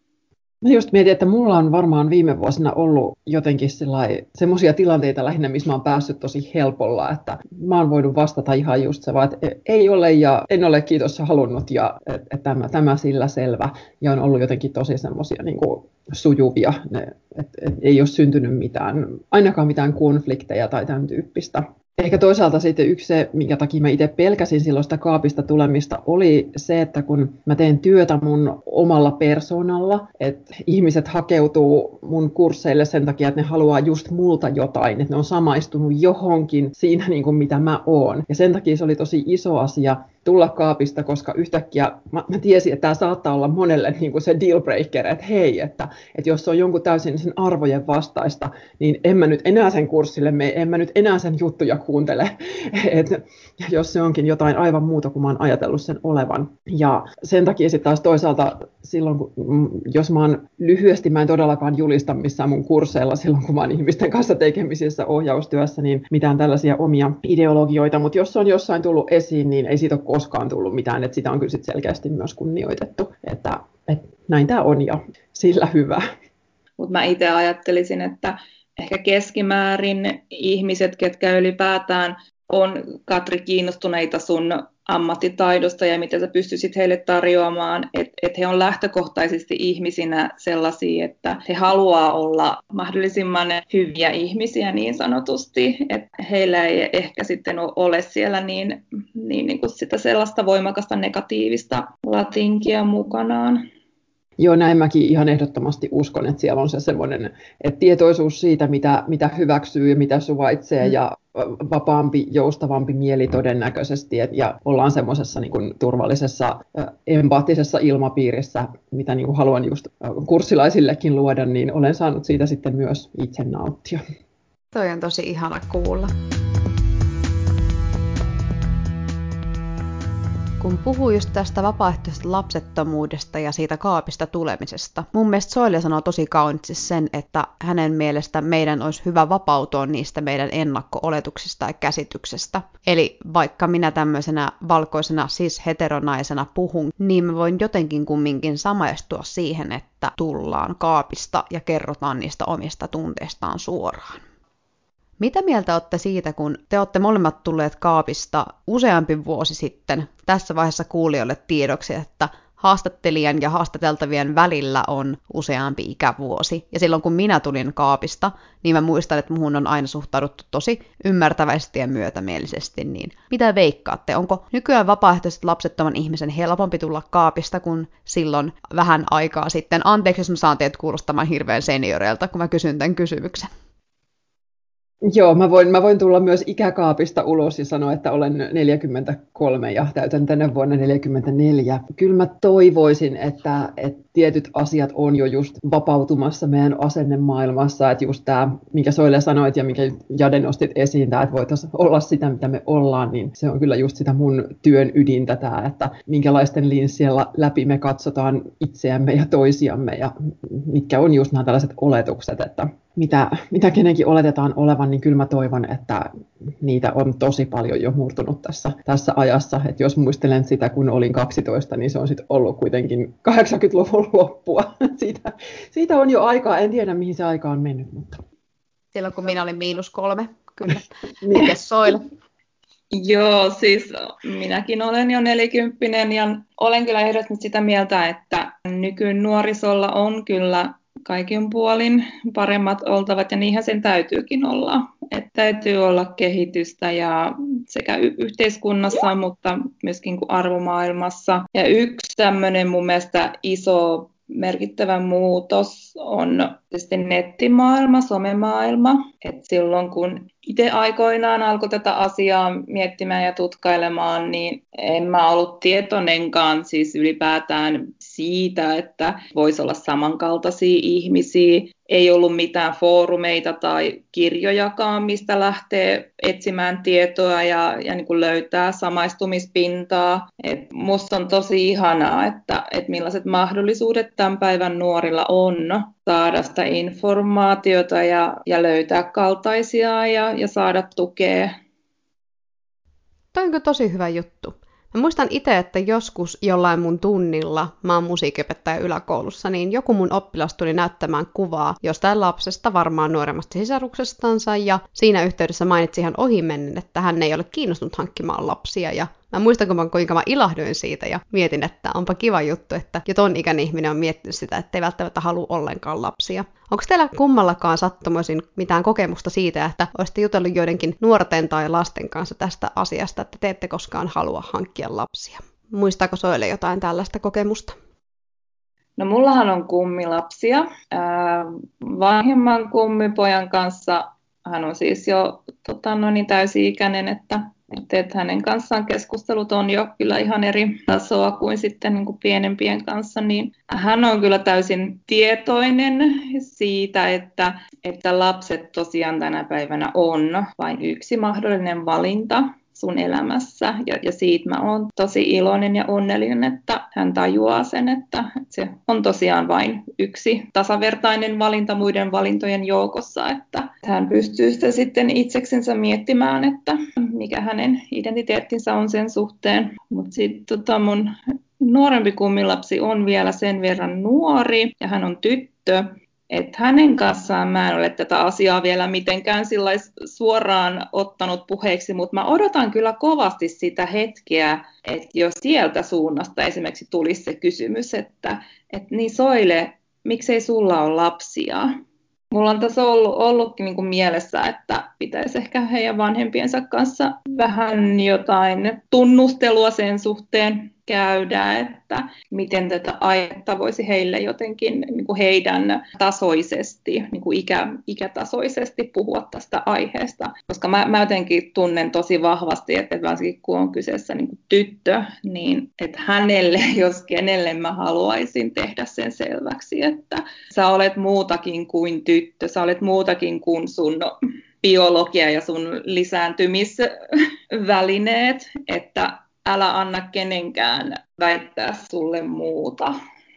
Mä just mietin, että mulla on varmaan viime vuosina ollut jotenkin semmoisia tilanteita lähinnä, missä mä oon päässyt tosi helpolla, että mä oon voinut vastata ihan just se vaan, että ei ole ja en ole kiitos halunnut ja että tämä sillä selvä. Ja on ollut jotenkin tosi semmoisia niin kuin sujuvia, että ei ole syntynyt ainakaan mitään konflikteja tai tämän tyyppistä. Ehkä toisaalta sitten yksi se, minkä takia mä itse pelkäsin silloin sitä kaapista tulemista, oli se, että kun mä teen työtä mun omalla persoonalla, että ihmiset hakeutuu mun kursseille sen takia, että ne haluaa just multa jotain, että ne on samaistunut johonkin siinä, niin kuin mitä mä oon. Ja sen takia se oli tosi iso asia tulla kaapista, koska yhtäkkiä mä tiesin, että tämä saattaa olla monelle niin kuin se dealbreaker, että hei, että jos se on jonkun täysin sen arvojen vastaista, niin en mä nyt enää sen kurssille mene, en mä nyt enää sen juttuja kuuntele, että jos se onkin jotain aivan muuta kuin mä oon ajatellut sen olevan. Ja sen takia sitten taas toisaalta silloin, jos mä oon lyhyesti, mä en todellakaan julista missään mun kursseilla silloin, kun mä oon ihmisten kanssa tekemisissä ohjaustyössä, niin mitään tällaisia omia ideologioita, mutta jos se on jossain tullut esiin, niin ei siitä ole koskaan tullut mitään, että sitä on kyllä sit selkeästi myös kunnioitettu, että näin tämä on ja sillä hyvä. Mutta mä itse ajattelisin, että ehkä keskimäärin ihmiset, ketkä ylipäätään on, Katri, kiinnostuneita sun ammattitaidosta ja mitä sä pystyisit heille tarjoamaan, että he on lähtökohtaisesti ihmisinä sellaisia, että he haluaa olla mahdollisimman hyviä ihmisiä niin sanotusti, että heillä ei ehkä sitten ole siellä niin kuin sitä sellaista voimakasta negatiivista latinkia mukanaan. Joo, näin mäkin ihan ehdottomasti uskon, että siellä on se semmoinen että tietoisuus siitä, mitä hyväksyy ja mitä suvaitsee ja vapaampi, joustavampi mieli todennäköisesti. Ja ollaan semmoisessa niin kuin turvallisessa, empaattisessa ilmapiirissä, mitä niin kuin haluan just kurssilaisillekin luoda, niin olen saanut siitä sitten myös itse nauttia. Toi on tosi ihana kuulla. Kun puhuu just tästä vapaaehtoisesta lapsettomuudesta ja siitä kaapista tulemisesta, mun mielestä Soile sanoo tosi kauniisti sen, että hänen mielestä meidän olisi hyvä vapautua niistä meidän ennakko-oletuksista ja käsityksestä. Eli vaikka minä tämmöisenä valkoisena cis-heteronaisena puhun, niin mä voin jotenkin kumminkin samaistua siihen, että tullaan kaapista ja kerrotaan niistä omista tunteistaan suoraan. Mitä mieltä olette siitä, kun te olette molemmat tulleet kaapista useampi vuosi sitten? Tässä vaiheessa kuulijoille tiedoksi, että haastattelijan ja haastateltavien välillä on useampi ikävuosi. Ja silloin kun minä tulin kaapista, niin mä muistan, että muhun on aina suhtauduttu tosi ymmärtävästi ja myötämielisesti. Niin mitä veikkaatte? Onko nykyään vapaaehtoisesti lapsettoman ihmisen helpompi tulla kaapista kuin silloin vähän aikaa sitten? Anteeksi, jos mä saan teidät kuulostamaan hirveän senioreilta, kun mä kysyn tämän kysymyksen. Joo, mä voin tulla myös ikäkaapista ulos ja sanoa, että olen 43 ja täytän tänä vuonna 44. Kyllä mä toivoisin, että tietyt asiat on jo just vapautumassa meidän asennemaailmassa, että just tämä, minkä Soile sanoit ja minkä Jade nostit esiin, tämä, että voitaisiin olla sitä, mitä me ollaan, niin se on kyllä just sitä mun työn ydintä tämä, että minkälaisten linssien läpi me katsotaan itseämme ja toisiamme ja mitkä on just nämä tällaiset oletukset, että mitä kenenkin oletetaan olevan, niin kyllä mä toivon, että niitä on tosi paljon jo murtunut tässä ajassa. Että jos muistelen sitä, kun olin 12, niin se on sitten ollut kuitenkin 80-luvun loppua. Siitä on jo aikaa, en tiedä mihin se aika on mennyt. Mutta... Silloin kun minä olin -3, kyllä. Niin. Mites Soile? Joo, siis minäkin olen jo 40 ja olen kyllä ehdottomasti sitä mieltä, että nykynuorisolla on kyllä kaikin puolin paremmat oltavat ja niinhän sen täytyykin olla. Että täytyy olla kehitystä ja sekä yhteiskunnassa, mutta myöskin arvomaailmassa. Ja yksi tämmöinen mun mielestä iso merkittävä muutos on tietysti nettimaailma, somemaailma. Et silloin kun itse aikoinaan alkoi tätä asiaa miettimään ja tutkailemaan, niin en mä ollut tietoinenkaan siis ylipäätään siitä, että voisi olla samankaltaisia ihmisiä. Ei ollut mitään foorumeita tai kirjojakaan, mistä lähtee etsimään tietoa ja niin kuin löytää samaistumispintaa. Musta on tosi ihanaa, että millaiset mahdollisuudet tämän päivän nuorilla on saada sitä informaatiota ja löytää kaltaisia ja saada tukea. Toi onko tosi hyvä juttu. Mä muistan itse, että joskus jollain mun tunnilla, mä oon musiikinopettaja yläkoulussa, niin joku mun oppilas tuli näyttämään kuvaa jostain lapsesta, varmaan nuoremmasta sisaruksestansa, ja siinä yhteydessä mainitsi ihan ohimennen, että hän ei ole kiinnostunut hankkimaan lapsia, ja mä muistan, kuinka mä ilahduin siitä ja mietin, että onpa kiva juttu, että jo ton ikäinen ihminen on miettinyt sitä, että ei välttämättä halua ollenkaan lapsia. Onko teillä kummallakaan sattumoisin mitään kokemusta siitä, että olisitte jutellut joidenkin nuorten tai lasten kanssa tästä asiasta, että te ette koskaan halua hankkia lapsia? Muistaako Soile jotain tällaista kokemusta? No mullahan on kummilapsia. Vanhemman kummipojan kanssa hän on siis jo täysi-ikäinen, että hänen kanssaan keskustelut on jo kyllä ihan eri tasoa kuin sitten niin kuin pienempien kanssa, niin hän on kyllä täysin tietoinen siitä, että lapset tosiaan tänä päivänä on vain yksi mahdollinen valinta sun elämässä. Ja siitä mä oon tosi iloinen ja onnellinen, että hän tajuaa sen, että se on tosiaan vain yksi tasavertainen valinta muiden valintojen joukossa, että hän pystyy sitä sitten itseksensä miettimään, että mikä hänen identiteettinsä on sen suhteen. Mutta sitten mun nuorempi kummilapsi on vielä sen verran nuori ja hän on tyttö, että hänen kanssaan mä en ole tätä asiaa vielä mitenkään suoraan ottanut puheeksi, mutta mä odotan kyllä kovasti sitä hetkeä, että jos sieltä suunnasta esimerkiksi tulisi se kysymys, että niin Soile, miksei sulla ole lapsia? Mulla on tässä ollutkin niin kuin mielessä, että pitäisi ehkä heidän vanhempiensa kanssa vähän jotain tunnustelua sen suhteen käydä, että miten tätä aihetta voisi heille jotenkin niin kuin heidän tasoisesti, niin kuin ikätasoisesti puhua tästä aiheesta. Koska mä jotenkin tunnen tosi vahvasti, että varsinkin kun on kyseessä niin kuin tyttö, niin että hänelle, jos kenelle mä haluaisin tehdä sen selväksi, että sä olet muutakin kuin tyttö, sä olet muutakin kuin sun biologia ja sun lisääntymisvälineet, että älä anna kenenkään väittää sulle muuta.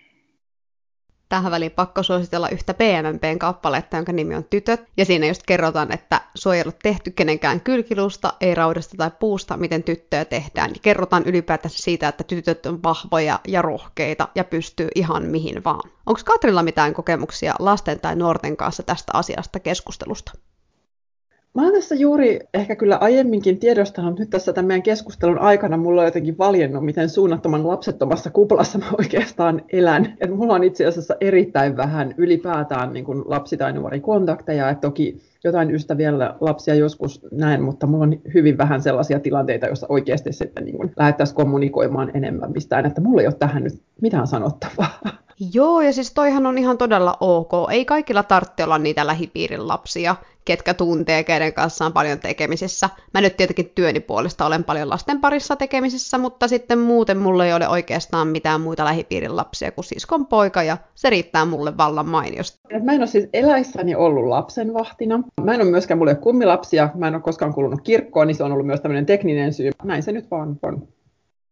Tähän väliin pakko suositella yhtä PMMPn kappaletta, jonka nimi on Tytöt. Ja siinä just kerrotaan, että suojelu tehty kenenkään kylkilusta, ei raudasta tai puusta, miten tyttöä tehdään. Ja kerrotaan ylipäätään siitä, että tytöt on vahvoja ja rohkeita ja pystyy ihan mihin vaan. Onko Katrilla mitään kokemuksia lasten tai nuorten kanssa tästä asiasta keskustelusta? Mä oon tässä juuri ehkä kyllä aiemminkin tiedostanut, mutta nyt tässä tämän meidän keskustelun aikana mulla on jotenkin valjennut, miten suunnattoman lapsettomassa kuplassa mä oikeastaan elän. Et mulla on itse asiassa erittäin vähän ylipäätään niin kuin lapsi- tai nuori kontakteja, että toki jotain ystäviä lapsia joskus näen, mutta mulla on hyvin vähän sellaisia tilanteita, joissa oikeasti sitten niin kuin lähdettäisiin kommunikoimaan enemmän mistään, että mulla ei ole tähän nyt mitään sanottavaa. Joo, ja siis toihan on ihan todella ok. Ei kaikilla tarvitse olla niitä lähipiirin lapsia, ketkä tuntee, keiden kanssa on paljon tekemisissä. Mä nyt tietenkin työni puolesta olen paljon lasten parissa tekemisissä, mutta sitten muuten mulla ei ole oikeastaan mitään muita lähipiirin lapsia kuin siskon poika, ja se riittää mulle vallan mainiosti. Mä en ole siis eläissäni ollut lapsenvahtina. Mä en ole myöskään, mulla ei ole kummilapsia, mä en ole koskaan kuulunut kirkkoon, niin se on ollut myös tämmöinen tekninen syy. Näin se nyt vaan on.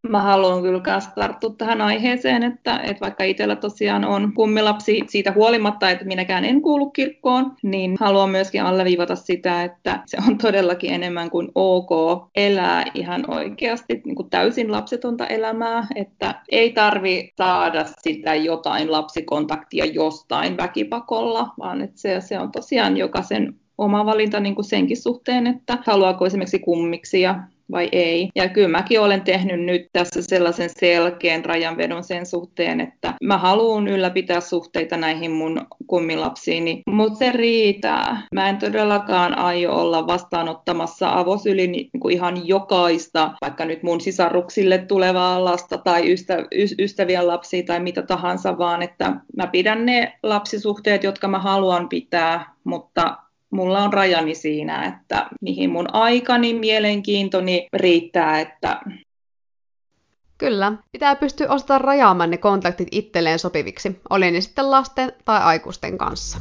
Mä haluan kyllä myös tarttua tähän aiheeseen, että vaikka itsellä tosiaan on kummilapsi siitä huolimatta, että minäkään en kuulu kirkkoon, niin haluan myöskin alleviivata sitä, että se on todellakin enemmän kuin ok elää ihan oikeasti niin kuin täysin lapsetonta elämää, että ei tarvi saada sitä jotain lapsikontaktia jostain väkipakolla, vaan että se on tosiaan jokaisen oma valinta niin kuin senkin suhteen, että haluaako esimerkiksi kummiksia vai ei. Ja kyllä mäkin olen tehnyt nyt tässä sellaisen selkeän rajanvedon sen suhteen, että mä haluan ylläpitää suhteita näihin mun kummilapsiini, mutta se riitää. Mä en todellakaan aio olla vastaanottamassa avosyliin niin kuin ihan jokaista, vaikka nyt mun sisaruksille tulevaa lasta tai ystävien lapsia tai mitä tahansa, vaan että mä pidän ne lapsisuhteet, jotka mä haluan pitää, mutta mulla on rajani siinä, että mihin mun aikani, mielenkiintoni riittää. Kyllä, pitää pystyä ostamaan rajaamaan ne kontaktit itselleen sopiviksi, oli ne sitten lasten tai aikuisten kanssa.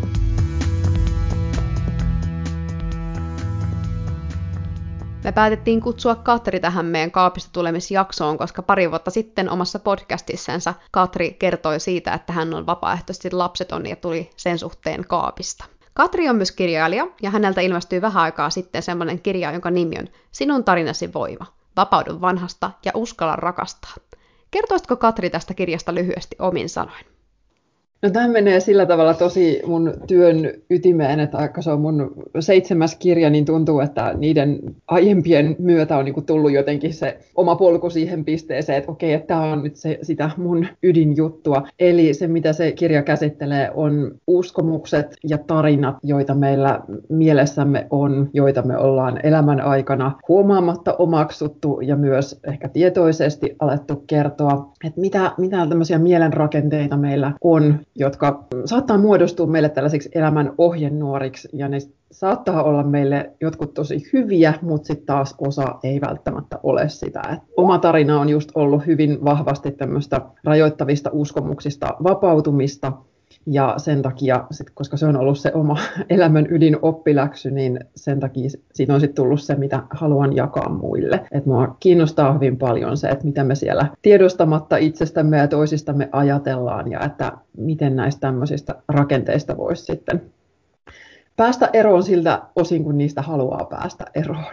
Me päätettiin kutsua Katri tähän meidän kaapista tulemisjaksoon, koska pari vuotta sitten omassa podcastissansa Katri kertoi siitä, että hän on vapaaehtoisesti lapseton ja tuli sen suhteen kaapista. Katri on myös kirjailija, ja häneltä ilmestyi vähän aikaa sitten semmoinen kirja, jonka nimi on Sinun tarinasi voima. Vapaudu vanhasta ja uskalla rakastaa. Kertoisitko Katri tästä kirjasta lyhyesti omin sanoin? No tämä menee sillä tavalla tosi mun työn ytimeen, että vaikka se on mun 7. kirja, niin tuntuu, että niiden aiempien myötä on niinku tullut jotenkin se oma polku siihen pisteeseen, että okei, että tämä on nyt sitä mun ydinjuttua. Eli se, mitä se kirja käsittelee, on uskomukset ja tarinat, joita meillä mielessämme on, joita me ollaan elämän aikana huomaamatta omaksuttu ja myös ehkä tietoisesti alettu kertoa, että mitä tämmöisiä mielenrakenteita meillä on, jotka saattaa muodostua meille tällaisiksi elämän ohjenuoriksi, ja ne saattaa olla meille jotkut tosi hyviä, mutta sitten taas osa ei välttämättä ole sitä. Et oma tarina on just ollut hyvin vahvasti tämmöistä rajoittavista uskomuksista vapautumista, ja sen takia, koska se on ollut se oma elämän ydinoppiläksy, niin sen takia siitä on sitten tullut se, mitä haluan jakaa muille. Et mua kiinnostaa hyvin paljon se, että mitä me siellä tiedostamatta itsestämme ja toisistamme ajatellaan, ja että miten näistä tämmöisistä rakenteista voisi sitten päästä eroon siltä osin, kun niistä haluaa päästä eroon.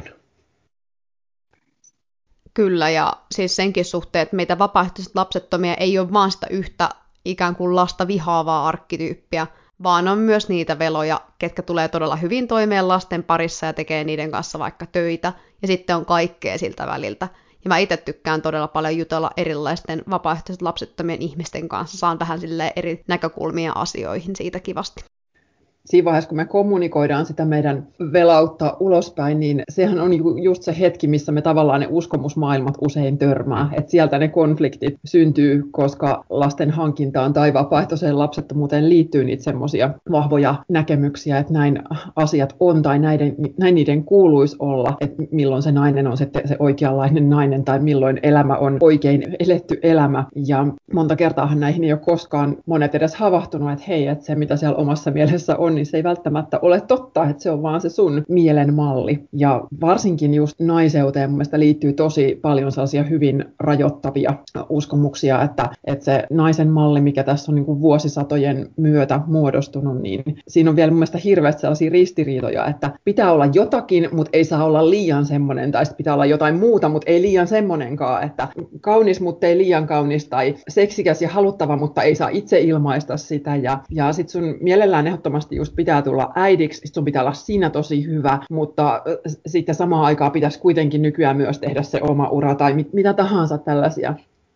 Kyllä, ja siis senkin suhteen, että meitä vapaaehtoiset lapsettomia ei ole vaan sitä yhtä ikään kuin lasta vihaavaa arkkityyppiä, vaan on myös niitä veloja, ketkä tulee todella hyvin toimeen lasten parissa ja tekee niiden kanssa vaikka töitä, ja sitten on kaikkea siltä väliltä. Ja mä itse tykkään todella paljon jutella erilaisten vapaaehtoiset lapsettomien ihmisten kanssa, saan vähän silleen eri näkökulmia asioihin siitä kivasti. Siinä vaiheessa, kun me kommunikoidaan sitä meidän velautta ulospäin, niin sehän on just se hetki, missä me tavallaan ne uskomusmaailmat usein törmää. Että sieltä ne konfliktit syntyy, koska lasten hankintaan tai vapaaehtoiseen lapsettomuuteen liittyy niitä semmoisia vahvoja näkemyksiä, että näin asiat on tai näin niiden kuuluisi olla. Että milloin se nainen on sitten se oikeanlainen nainen tai milloin elämä on oikein eletty elämä. Ja monta kertaahan näihin ei ole koskaan monet edes havahtunut, että hei, että se mitä siellä omassa mielessä on, niin se ei välttämättä ole totta, että se on vaan se sun mielen malli. Ja varsinkin just naiseuteen mun mielestä liittyy tosi paljon sellaisia hyvin rajoittavia uskomuksia, että se naisen malli, mikä tässä on niin kuin vuosisatojen myötä muodostunut, niin siinä on vielä mun mielestä hirveästi sellaisia ristiriitoja, että pitää olla jotakin, mutta ei saa olla liian semmoinen, tai pitää olla jotain muuta, mutta ei liian semmoinenkaan, että kaunis, mutta ei liian kaunis, tai seksikäs ja haluttava, mutta ei saa itse ilmaista sitä, ja sit sun mielellään ehdottomasti just pitää tulla äidiksi, sun pitää olla siinä tosi hyvä, mutta sitten samaan aikaan pitäisi kuitenkin nykyään myös tehdä se oma ura tai mitä tahansa tällaisia.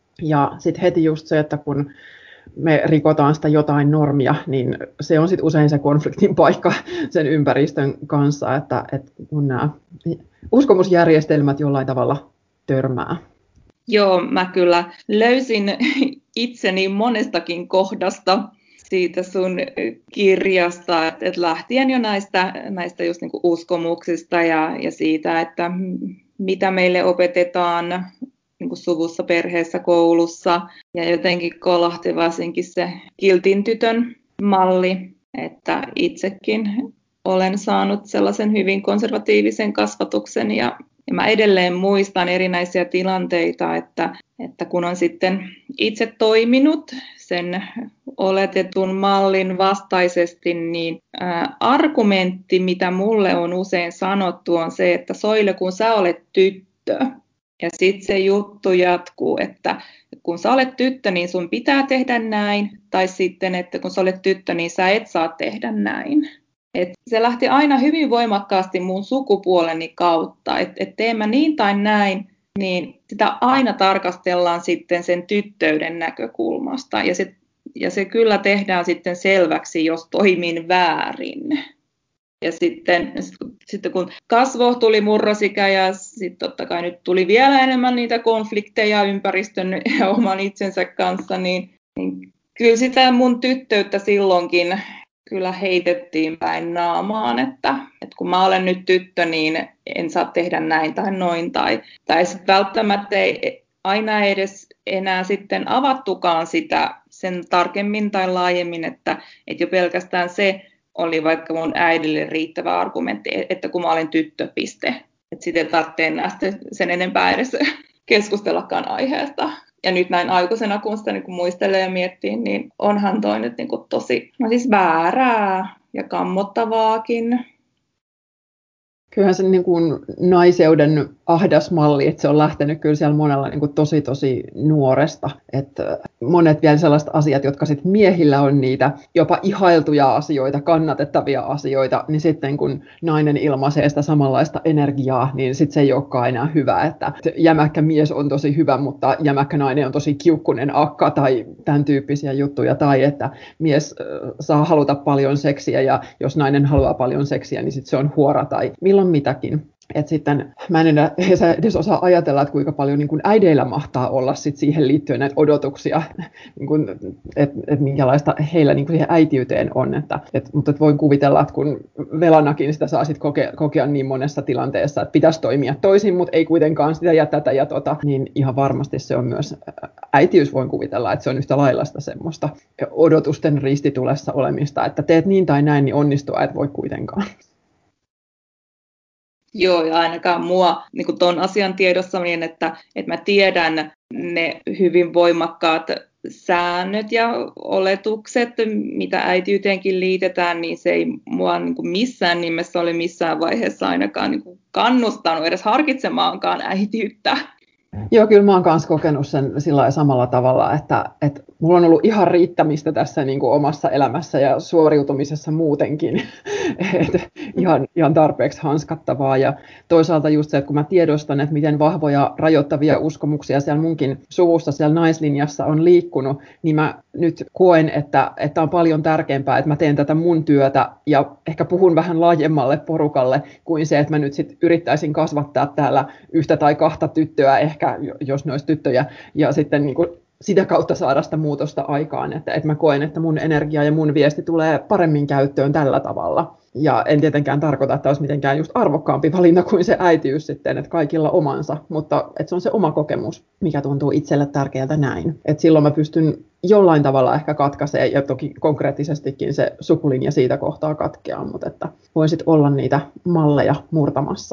Ja sitten heti just se, että kun me rikotaan sitä jotain normia, niin se on sitten usein se konfliktin paikka sen ympäristön kanssa, että kun nämä uskomusjärjestelmät jollain tavalla törmää. Joo, mä kyllä löysin itseni monestakin kohdasta siitä sun kirjasta, että lähtien jo näistä just niinku uskomuksista ja siitä, että mitä meille opetetaan niinku suvussa, perheessä, koulussa, ja jotenkin kolahti varsinkin se kiltin tytön malli, että itsekin olen saanut sellaisen hyvin konservatiivisen kasvatuksen ja Ja mä edelleen muistan erinäisiä tilanteita, että kun on sitten itse toiminut sen oletetun mallin vastaisesti, niin argumentti, mitä mulle on usein sanottu, on se, että Soile, kun sä olet tyttö. Ja sitten se juttu jatkuu, että kun sä olet tyttö, niin sun pitää tehdä näin. Tai sitten, että kun sä olet tyttö, niin sä et saa tehdä näin. Et se lähti aina hyvin voimakkaasti mun sukupuoleni kautta, että teen mä niin tai näin, niin sitä aina tarkastellaan sitten sen tyttöyden näkökulmasta. Ja se kyllä tehdään sitten selväksi, jos toimin väärin. Ja sitten kun kasvo, tuli murrosikä ja sitten totta kai nyt tuli vielä enemmän niitä konflikteja ympäristön ja oman itsensä kanssa, niin kyllä sitä mun tyttöyttä silloinkin kyllä heitettiin päin naamaan, että kun mä olen nyt tyttö, niin en saa tehdä näin tai noin. Tai sitten välttämättä ei aina edes enää sitten avattukaan sitä sen tarkemmin tai laajemmin, että jo pelkästään se oli vaikka mun äidille riittävä argumentti, että kun mä olen tyttö, piste. Että sitten ei tarvitse enää sen enempää edes keskustellakaan aiheesta. Ja nyt näin aikuisena, kun sitä niin kun muistelee ja miettii, niin onhan toi nyt niin kuin tosi väärää ja kammottavaakin. Kyllähän se niin kuin naiseuden ahdas malli, että se on lähtenyt kyllä siellä monella niin kuin tosi nuoresta. Että monet vielä sellaiset asiat, jotka sitten miehillä on niitä jopa ihailtuja asioita, kannatettavia asioita, niin sitten kun nainen ilmaisee sitä samanlaista energiaa, niin sitten se ei olekaan enää hyvä. Että jämäkkä mies on tosi hyvä, mutta jämäkkä nainen on tosi kiukkunen akka tai tämän tyyppisiä juttuja. Tai että mies saa haluta paljon seksiä ja jos nainen haluaa paljon seksiä, niin sitten se on huora tai milloin mitäkin. Että sitten mä en edes osaa ajatella, että kuinka paljon niin kuin äideillä mahtaa olla sit siihen liittyen näitä odotuksia, niin että minkälaista heillä niin kuin siihen äitiyteen on. Mutta voin kuvitella, että kun velanakin sitä saa sit kokea niin monessa tilanteessa, että pitäisi toimia toisin, mutta ei kuitenkaan sitä ja tätä ja tota, niin ihan varmasti se on myös äitiys, voin kuvitella, että se on yhtä lailla sitä semmoista odotusten ristitulessa olemista, että teet niin tai näin, niin onnistua et voi kuitenkaan. Joo, ja ainakaan mua niin tuon asian tiedossa niin, että mä tiedän ne hyvin voimakkaat säännöt ja oletukset, mitä äitiyteenkin liitetään, niin se ei mua niin missään nimessä ole missään vaiheessa ainakaan niin kannustanut edes harkitsemaankaan äitiyttä. Joo, kyllä mä oon kanssa kokenut sen sillä samalla tavalla, että mulla on ollut ihan riittämistä tässä niin kuin omassa elämässä ja suoriutumisessa muutenkin. Ihan tarpeeksi hanskattavaa. Ja toisaalta just se, että kun mä tiedostan, että miten vahvoja rajoittavia uskomuksia siellä munkin suvussa, siellä naislinjassa on liikkunut, niin mä nyt koen, että on paljon tärkeämpää, että mä teen tätä mun työtä ja ehkä puhun vähän laajemmalle porukalle kuin se, että mä nyt sit yrittäisin kasvattaa täällä yhtä tai kahta tyttöä ehkä, jos ne olisi tyttöjä, ja sitten niin kuin sitä kautta saada sitä muutosta aikaan, että mä koen, että mun energia ja mun viesti tulee paremmin käyttöön tällä tavalla. Ja en tietenkään tarkoita, että olisi mitenkään just arvokkaampi valinta kuin se äitiys sitten, että kaikilla omansa, mutta että se on se oma kokemus, mikä tuntuu itselle tärkeältä näin. Että silloin mä pystyn jollain tavalla ehkä katkaisemaan, ja toki konkreettisestikin se sukulinja siitä kohtaa katkeaa, mutta että voin sitten olla niitä malleja murtamassa.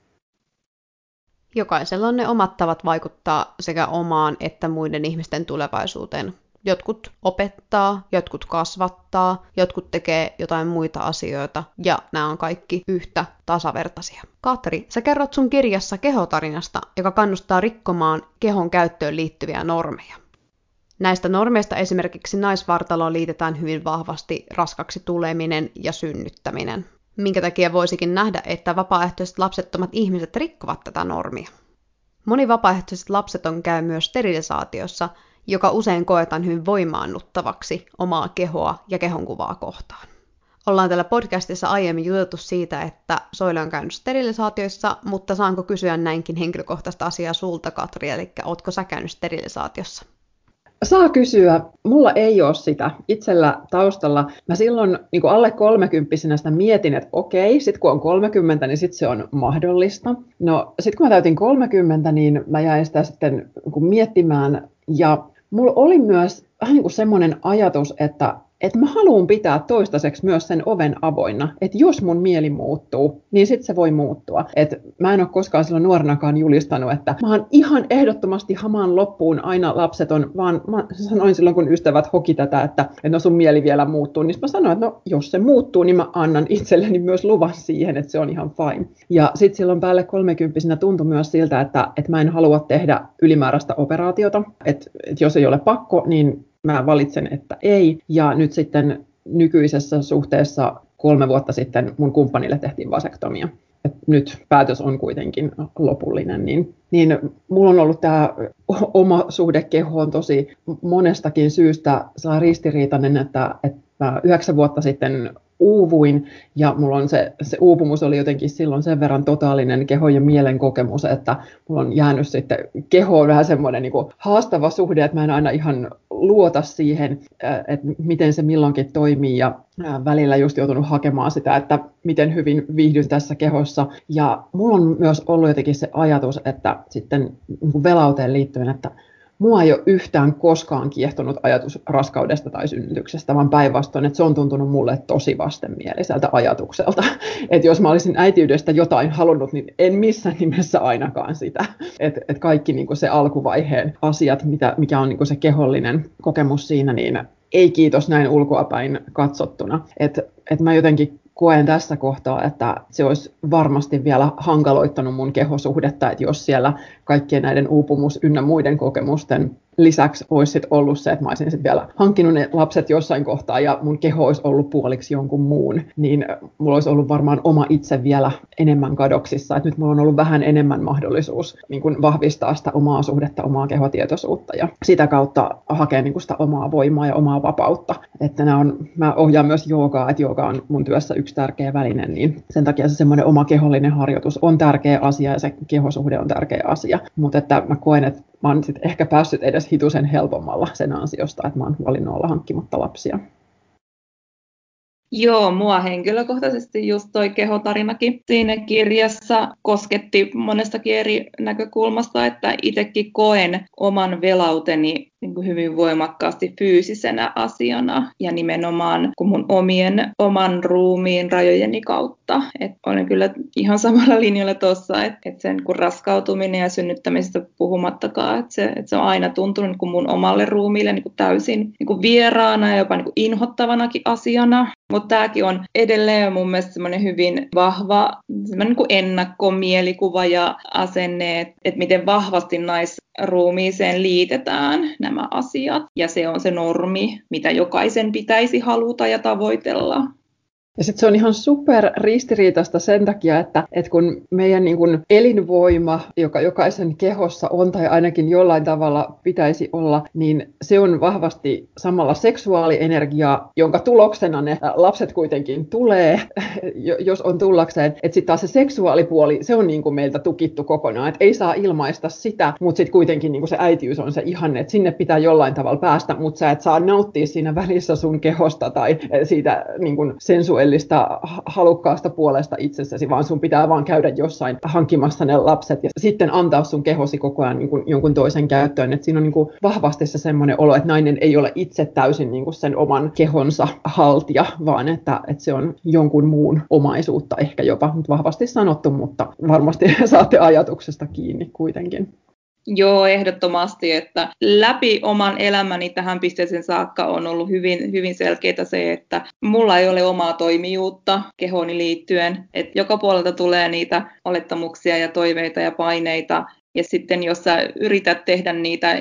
Jokaisella on ne omat tavat vaikuttaa sekä omaan että muiden ihmisten tulevaisuuteen. Jotkut opettaa, jotkut kasvattaa, jotkut tekee jotain muita asioita, ja nämä on kaikki yhtä tasavertaisia. Katri, sä kerrot sun kirjassa kehotarinasta, joka kannustaa rikkomaan kehon käyttöön liittyviä normeja. Näistä normeista esimerkiksi naisvartaloon liitetään hyvin vahvasti raskaksi tuleminen ja synnyttäminen. Minkä takia voisikin nähdä, että vapaaehtoiset lapsettomat ihmiset rikkovat tätä normia. Moni vapaaehtoiset lapseton käy myös sterilisaatiossa, joka usein koetaan hyvin voimaannuttavaksi omaa kehoa ja kehonkuvaa kohtaan. Ollaan tällä podcastissa aiemmin juteltu siitä, että Soile on käynyt sterilisaatioissa, mutta saanko kysyä näinkin henkilökohtaista asiaa sulta, Katri, eli ootko sä käynyt sterilisaatiossa? Saa kysyä. Mulla ei ole sitä itsellä taustalla. Mä silloin niin alle 30-vuotiaana sitä mietin, että okei, sit kun on 30, niin sit se on mahdollista. No sit kun mä täytin 30, niin mä jäin sitä sitten miettimään. Ja mulla oli myös vähän niin kuin semmoinen ajatus, että että mä haluan pitää toistaiseksi myös sen oven avoinna, että jos mun mieli muuttuu, niin sitten se voi muuttua. Että mä en ole koskaan silloin nuorenakaan julistanut, että mä oon ihan ehdottomasti hamaan loppuun aina lapseton, vaan mä sanoin silloin, kun ystävät hoki tätä, että no sun mieli vielä muuttuu, niin mä sanoin, että no jos se muuttuu, niin mä annan itselleni myös luvan siihen, että se on ihan fine. Ja sitten silloin päälle 30-vuotiaana tuntui myös siltä, että mä en halua tehdä ylimääräistä operaatiota, että jos ei ole pakko, niin mä valitsen, että ei. Ja nyt sitten nykyisessä suhteessa 3 vuotta sitten mun kumppanille tehtiin vasektomia. Et nyt päätös on kuitenkin lopullinen. Niin mulla on ollut tämä oma suhde kehoon tosi monestakin syystä ristiriitainen, että mä 9 vuotta sitten uuvuin ja mulla on se uupumus oli jotenkin silloin sen verran totaalinen kehon ja mielen kokemus, että mulla on jäänyt sitten kehoon vähän semmoinen niin kuin haastava suhde, että mä en aina ihan luota siihen, että miten se milloinkin toimii ja välillä just joutunut hakemaan sitä, että miten hyvin viihdyn tässä kehossa. Ja mulla on myös ollut jotenkin se ajatus, että sitten niin kuin velauteen liittyen, että mua ei ole yhtään koskaan kiehtonut ajatus raskaudesta tai synnytyksestä, vaan päinvastoin, että se on tuntunut mulle tosi vastenmieliseltä ajatukselta. Että jos mä olisin äitiydestä jotain halunnut, niin en missään nimessä ainakaan sitä. Että kaikki niin kuin se alkuvaiheen asiat, mikä on niin kuin se kehollinen kokemus siinä, niin ei kiitos näin ulkoapäin katsottuna. Että mä jotenkin koen tässä kohtaa, että se olisi varmasti vielä hankaloittanut mun kehosuhdetta, että jos siellä kaikkien näiden uupumus ynnä muiden kokemusten lisäksi olisi sit ollut se, että mä olisin sit vielä hankkinut ne lapset jossain kohtaa ja mun keho olisi ollut puoliksi jonkun muun, niin mulla olisi ollut varmaan oma itse vielä enemmän kadoksissa. Et nyt mulla on ollut vähän enemmän mahdollisuus niin kun vahvistaa sitä omaa suhdetta, omaa kehotietoisuutta ja sitä kautta hakea niin kun sitä omaa voimaa ja omaa vapautta. Että mä ohjaan myös joogaa, että jooga on mun työssä yksi tärkeä väline, niin sen takia se semmoinen oma kehollinen harjoitus on tärkeä asia ja se kehosuhde on tärkeä asia. Mutta että mä koen, että mä oon sit ehkä päässyt edes hitusen helpommalla sen ansiosta, että mä oon valinnut olla hankkimatta lapsia. Joo, mua henkilökohtaisesti just toi kehotarinakin siinä kirjassa kosketti monestakin eri näkökulmasta, että itsekin koen oman velauteni niin kuin hyvin voimakkaasti fyysisenä asiana ja nimenomaan kun mun oman ruumiin rajojeni kautta. Et olen kyllä ihan samalla linjalla tuossa, että sen kun raskautuminen ja synnyttämisestä puhumattakaan, että se on aina tuntunut niin kuin mun omalle ruumiille niin kuin täysin niin kuin vieraana ja jopa niin kuin inhottavanakin asiana. Mutta tämäkin on edelleen mun mielestä semmoinen hyvin vahva niin kuin ennakkomielikuva ja asenne, että miten vahvasti naisruumiiseen liitetään nämä asiat. Ja se on se normi, mitä jokaisen pitäisi haluta ja tavoitella. Ja sitten se on ihan super ristiriitaista sen takia, että kun meidän niin kun elinvoima, joka jokaisen kehossa on tai ainakin jollain tavalla pitäisi olla, niin se on vahvasti samalla seksuaalienergiaa, jonka tuloksena ne lapset kuitenkin tulee, jos on tullakseen. Että sitten taas se seksuaalipuoli, se on niin kuin meiltä tukittu kokonaan, että ei saa ilmaista sitä, mutta sitten kuitenkin niin kuin se äitiys on se ihanne, että sinne pitää jollain tavalla päästä, mutta sä et saa nauttia siinä välissä sun kehosta tai siitä niin kuin sensuaalista halukkaasta puolesta itsessäsi, vaan sun pitää vaan käydä jossain hankkimassa ne lapset ja sitten antaa sun kehosi koko ajan niin kuin jonkun toisen käyttöön. Et siinä on niin kuin vahvasti se semmoinen olo, että nainen ei ole itse täysin niin kuin sen oman kehonsa haltija, vaan että se on jonkun muun omaisuutta ehkä jopa. Vahvasti sanottu, mutta varmasti saatte ajatuksesta kiinni kuitenkin. Joo, ehdottomasti, että läpi oman elämäni tähän pisteeseen saakka on ollut hyvin, hyvin selkeää se, että mulla ei ole omaa toimijuutta kehooni liittyen, että joka puolelta tulee niitä olettamuksia ja toiveita ja paineita, ja sitten jos sä yrität tehdä niitä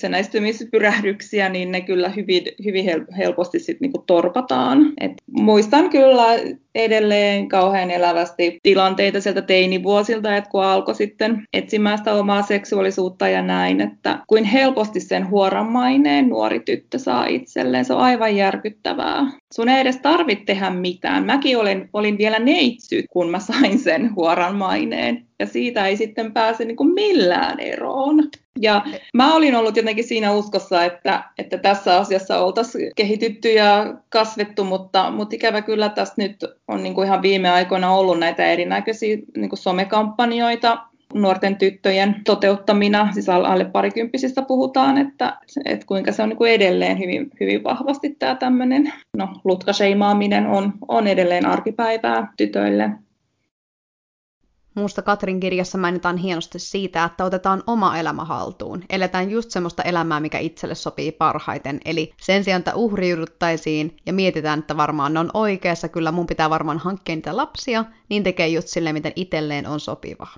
itsenäistymispyrähdyksiä, niin ne kyllä hyvin helposti sitten niinku torpataan. Et muistan kyllä edelleen kauhean elävästi tilanteita sieltä teinivuosilta, että kun alkoi sitten etsimään sitä omaa seksuaalisuutta ja näin, että kuin helposti sen huoran maineen nuori tyttö saa itselleen. Se on aivan järkyttävää. Sun ei edes tarvitse tehdä mitään. Mäkin olin vielä neitsyt, kun mä sain sen huoran maineen. Ja siitä ei sitten pääse niin kuin millään eroon. Ja mä olin ollut jotenkin siinä uskossa, että tässä asiassa oltaisiin kehitytty ja kasvettu, mutta ikävä kyllä tässä nyt on niin kuin ihan viime aikoina ollut näitä erinäköisiä niin kuin somekampanjoita, nuorten tyttöjen toteuttamina, siis alle parikymppisistä puhutaan, että kuinka se on niin kuin edelleen hyvin, hyvin vahvasti tämä tämmöinen lutkasheimaaminen on edelleen arkipäivää tytöille. Muusta Katrin kirjassa mainitaan hienosti siitä, että otetaan oma elämä haltuun. Eletään just semmoista elämää, mikä itselle sopii parhaiten. Eli sen sijaan, että uhriuduttaisiin ja mietitään, että varmaan ne on oikeassa, kyllä mun pitää varmaan hankkia niitä lapsia, niin tekee just silleen, miten itselleen on sopivaa.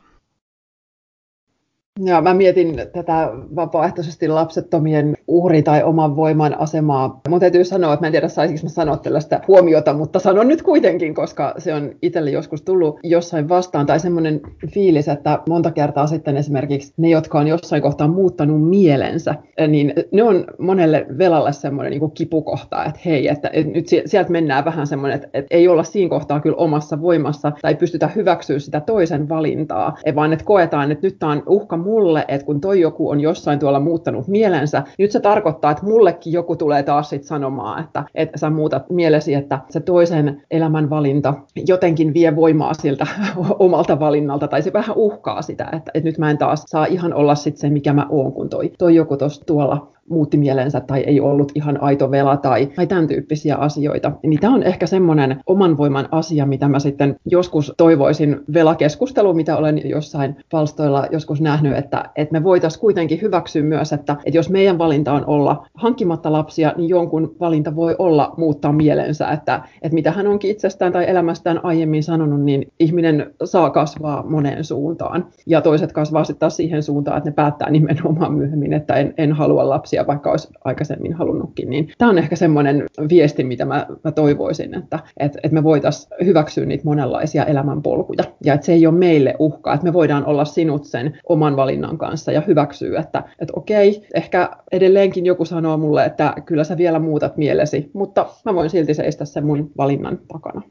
Ja mä mietin tätä vapaaehtoisesti lapsettomien uhri- tai oman voiman asemaa. Mun täytyy sanoa, että mä en tiedä saisinko mä sanoa tällaista huomiota, mutta sanon nyt kuitenkin, koska se on itselle joskus tullut jossain vastaan. Tai semmoinen fiilis, että monta kertaa sitten esimerkiksi ne, jotka on jossain kohtaa muuttanut mielensä, niin ne on monelle velalle semmoinen niin kuin kipukohta, että hei, että nyt sieltä mennään vähän semmoinen, että ei olla siinä kohtaa kyllä omassa voimassa tai pystytä hyväksyä sitä toisen valintaa, vaan että koetaan, että nyt tämä on uhka mulle, että kun toi joku on jossain tuolla muuttanut mielensä, nyt se tarkoittaa, että mullekin joku tulee taas sit sanomaan, että sä muutat mielesi, että se toisen elämän valinta jotenkin vie voimaa siltä omalta valinnalta, tai se vähän uhkaa sitä, että nyt mä en taas saa ihan olla sit se, mikä mä oon, kun toi joku tuolla muutti mielensä tai ei ollut ihan aito vela tai tämän tyyppisiä asioita. Niin tämä on ehkä semmoinen oman voiman asia, mitä mä sitten joskus toivoisin velakeskustelu, mitä olen jossain palstoilla joskus nähnyt, että me voitaisiin kuitenkin hyväksyä myös, että jos meidän valinta on olla hankkimatta lapsia, niin jonkun valinta voi olla muuttaa mielensä, että mitä hän onkin itsestään tai elämästään aiemmin sanonut, niin ihminen saa kasvaa moneen suuntaan. Ja toiset kasvaa sitten taas siihen suuntaan, että ne päättää nimenomaan myöhemmin, että en halua lapsia, vaikka olisi aikaisemmin halunnutkin. Niin tämä on ehkä semmoinen viesti, mitä mä toivoisin, että me voitaisiin hyväksyä niitä monenlaisia elämänpolkuja. Ja että se ei ole meille uhka, että me voidaan olla sinut sen oman valinnan kanssa ja hyväksyä, että okei, ehkä edelleenkin joku sanoo mulle, että kyllä sä vielä muutat mielesi, mutta mä voin silti seistä sen mun valinnan takana.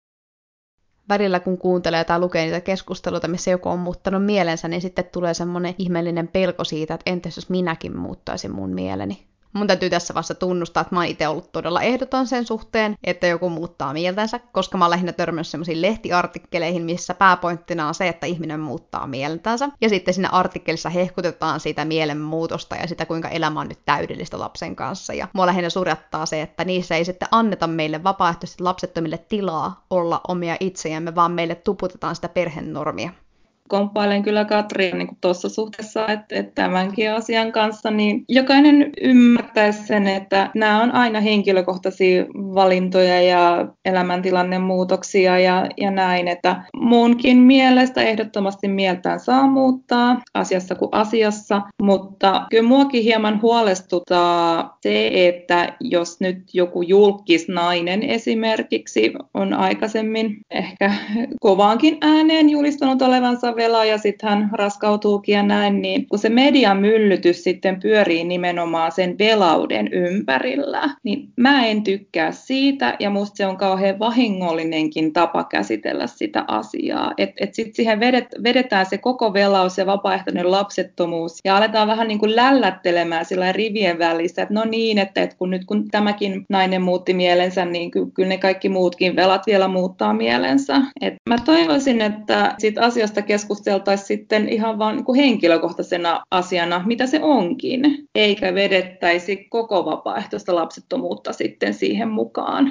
Välillä kun kuuntelee tai lukee niitä keskusteluita, missä joku on muuttanut mielensä, niin sitten tulee semmoinen ihmeellinen pelko siitä, että entäs jos minäkin muuttaisin mun mieleni. Mun täytyy tässä vasta tunnustaa, että mä oon itse ollut todella ehdoton sen suhteen, että joku muuttaa mieltänsä, koska mä oon lähinnä törmännyt semmoisiin lehtiartikkeleihin, missä pääpointtina on se, että ihminen muuttaa mieltänsä. Ja sitten siinä artikkelissa hehkutetaan siitä mielenmuutosta ja sitä, kuinka elämä on nyt täydellistä lapsen kanssa. Ja mua lähinnä surettaa se, että niissä ei sitten anneta meille vapaaehtoisesti lapsettomille tilaa olla omia itsejämme, vaan meille tuputetaan sitä perhenormia. Komppailen kyllä Katria niin tuossa suhteessa, että tämänkin asian kanssa, niin jokainen ymmärtäisi sen, että nämä on aina henkilökohtaisia valintoja ja elämäntilannemuutoksia ja näin, että munkin mielestä ehdottomasti mieltään saa muuttaa asiassa kuin asiassa, mutta kyllä muakin hieman huolestuttaa se, että jos nyt joku julkis nainen esimerkiksi on aikaisemmin ehkä kovaankin ääneen julistanut olevansa velaa ja sitten hän raskautuukin ja näin, niin kun se median myllytys sitten pyörii nimenomaan sen velauden ympärillä, niin mä en tykkää siitä ja musta se on kauhean vahingollinenkin tapa käsitellä sitä asiaa. Että sitten siihen vedetään se koko velaus ja vapaaehtoinen lapsettomuus ja aletaan vähän niin kuin lällättelemään sillä rivien välissä, että no niin, että kun tämäkin nainen muutti mielensä, niin kyllä ne kaikki muutkin velat vielä muuttaa mielensä. Et mä toivoisin, että siitä asiasta keskusteltaisiin sitten ihan vaan niin kuin henkilökohtaisena asiana, mitä se onkin, eikä vedettäisi koko vapaaehtoista lapsettomuutta sitten siihen mukaan.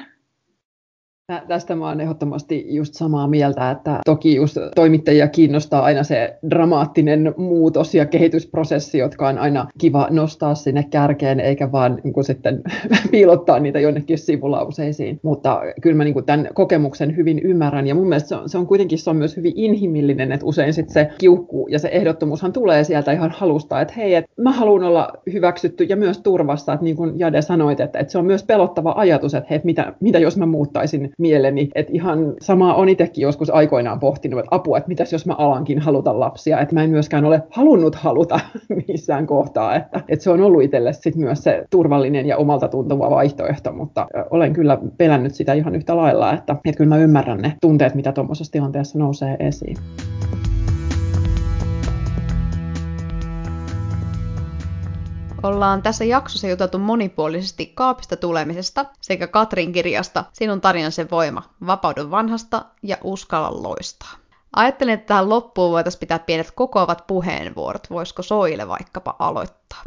Tästä mä oon ehdottomasti just samaa mieltä, että toki just toimittajia kiinnostaa aina se dramaattinen muutos ja kehitysprosessi, jotka on aina kiva nostaa sinne kärkeen, eikä vaan niin kuin sitten piilottaa niitä jonnekin sivulauseisiin. Mutta kyllä mä niin kuin tämän kokemuksen hyvin ymmärrän ja mun mielestä se on kuitenkin myös hyvin inhimillinen, että usein sitten se kiukkuu ja se ehdottomuushan tulee sieltä ihan halusta, että hei, että mä haluan olla hyväksytty ja myös turvassa, että niin kuin Jade sanoit, että se on myös pelottava ajatus, että hei, mitä jos mä muuttaisin mieleni, että ihan samaa on itsekin joskus aikoinaan pohtinut, että apua, että mitäs jos mä alankin haluta lapsia, että mä en myöskään ole haluta missään kohtaa, että se on ollut itselle sit myös se turvallinen ja omalta tuntuva vaihtoehto, mutta olen kyllä pelännyt sitä ihan yhtä lailla, että kyllä mä ymmärrän ne tunteet, mitä tuommoisessa tilanteessa nousee esiin. Ollaan tässä jaksossa juteltu monipuolisesti kaapista tulemisesta sekä Katrin kirjasta Sinun tarinasi voima, vapaudu vanhasta ja uskalla loistaa. Ajattelin, että tähän loppuun voitaisiin pitää pienet kokoavat puheenvuorot. Voisiko Soile vaikkapa aloittaa?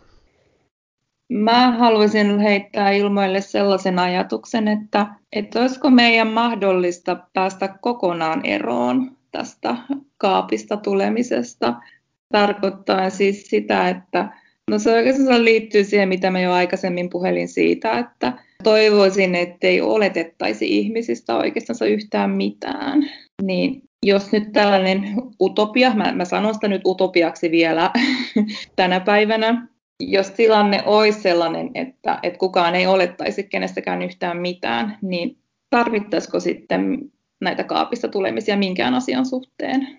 Mä haluaisin heittää ilmoille sellaisen ajatuksen, että olisiko meidän mahdollista päästä kokonaan eroon tästä kaapista tulemisesta. Tarkoittaa siis sitä, että no se oikeastaan liittyy siihen, mitä mä jo aikaisemmin puhelin siitä, että toivoisin, ettei oletettaisi ihmisistä oikeastaan yhtään mitään. Niin jos nyt tällainen utopia, mä sanon sitä nyt utopiaksi vielä tänä päivänä, jos tilanne olisi sellainen, että kukaan ei olettaisi kenestäkään yhtään mitään, niin tarvittaisiko sitten näitä kaapista tulemisia minkään asian suhteen?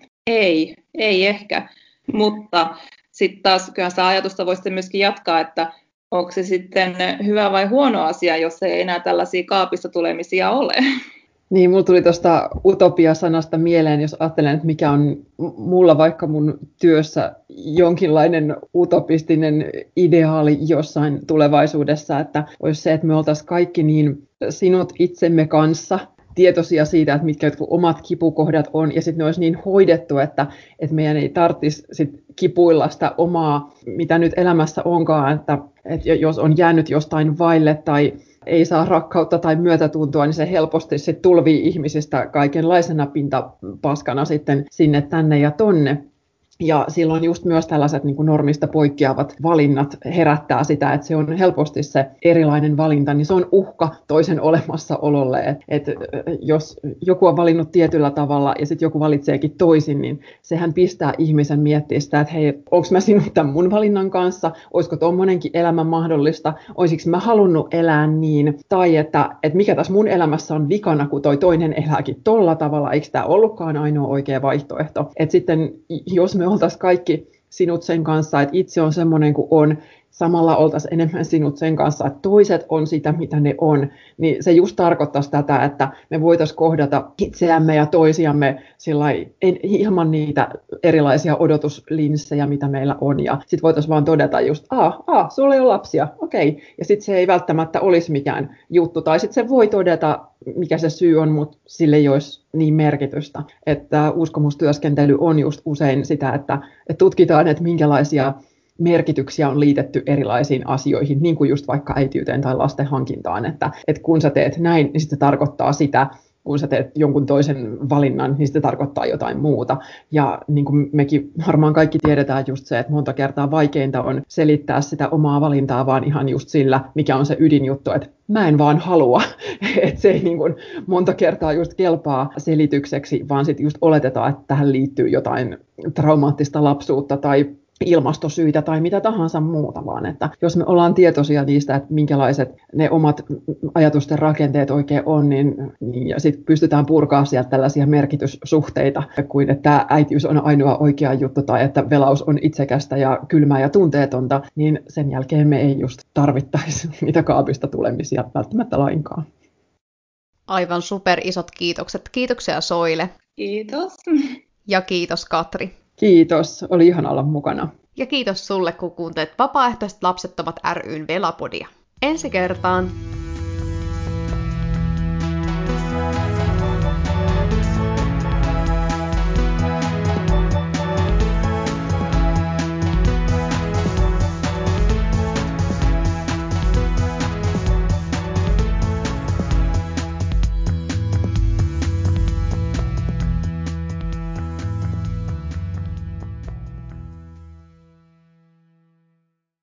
Ei ehkä, mutta sitten taas kyllä sitä ajatusta voisi myöskin jatkaa, että onko se sitten hyvä vai huono asia, jos ei enää tällaisia kaapista tulemisia ole. Niin, mulla tuli tuosta utopia-sanasta mieleen, jos ajattelen, että mikä on mulla vaikka mun työssä jonkinlainen utopistinen ideaali jossain tulevaisuudessa, että olisi se, että me oltaisiin kaikki niin sinut itsemme kanssa tietoisia siitä, että mitkä jotkut omat kipukohdat on, ja sitten ne olisi niin hoidettu, että meidän ei tarvitsisi sit kipuilla sitä omaa, mitä nyt elämässä onkaan, että jos on jäänyt jostain vaille tai ei saa rakkautta tai myötätuntoa, niin se helposti sit tulvii ihmisistä kaikenlaisena pintapaskana sitten sinne, tänne ja tonne. Ja silloin just myös tällaiset niin kuin normista poikkeavat valinnat herättää sitä, että se on helposti se erilainen valinta, niin se on uhka toisen olemassaololle. Että jos joku on valinnut tietyllä tavalla ja sitten joku valitseekin toisin, niin sehän pistää ihmisen miettimään sitä, että hei, onko mä sinut tämän mun valinnan kanssa, olisiko tuommoinenkin elämä mahdollista, olisiko mä halunnut elää niin, tai että mikä tässä mun elämässä on vikana, kun toi toinen elääkin tolla tavalla, eikö tämä ollutkaan ainoa oikea vaihtoehto. Että sitten jos me oltaisiin kaikki sinut sen kanssa, että itse on semmoinen kuin on, samalla oltaisiin enemmän sinut sen kanssa, että toiset on sitä, mitä ne on, niin se just tarkoittaisi tätä, että me voitaisiin kohdata itseämme ja toisiamme ilman niitä erilaisia odotuslinssejä, mitä meillä on. Ja sitten voitaisiin vaan todeta just, sulla ei ole lapsia, okei. Ja sitten se ei välttämättä olisi mikään juttu. Tai sitten se voi todeta, mikä se syy on, mutta sille ei olisi niin merkitystä. Että uskomustyöskentely on just usein sitä, että tutkitaan, että minkälaisia merkityksiä on liitetty erilaisiin asioihin, niin kuin just vaikka äitiyteen tai lasten hankintaan, että kun sä teet näin, niin sitten se tarkoittaa sitä, kun sä teet jonkun toisen valinnan, niin se tarkoittaa jotain muuta. Ja niin kuin mekin varmaan kaikki tiedetään just se, että monta kertaa vaikeinta on selittää sitä omaa valintaa vaan ihan just sillä, mikä on se ydinjuttu, että mä en vaan halua, että se ei niin kuin monta kertaa just kelpaa selitykseksi, vaan sitten just oletetaan, että tähän liittyy jotain traumaattista lapsuutta tai ilmastosyitä tai mitä tahansa muuta, vaan että jos me ollaan tietoisia niistä, että minkälaiset ne omat ajatusten rakenteet oikein on, niin ja sitten pystytään purkaa sieltä tällaisia merkityssuhteita, kuin että äitiys on ainoa oikea juttu tai että velaus on itsekästä ja kylmää ja tunteetonta, niin sen jälkeen me ei just tarvittaisi niitä kaapista tulemisia välttämättä lainkaan. Aivan super isot kiitokset. Kiitoksia Soile. Kiitos. Ja kiitos Katri. Kiitos, oli ihana olla mukana. Ja kiitos sulle, kun kuuntelet Vapaaehtoiset lapsettomat ry:n Velapodia. Ensi kertaan!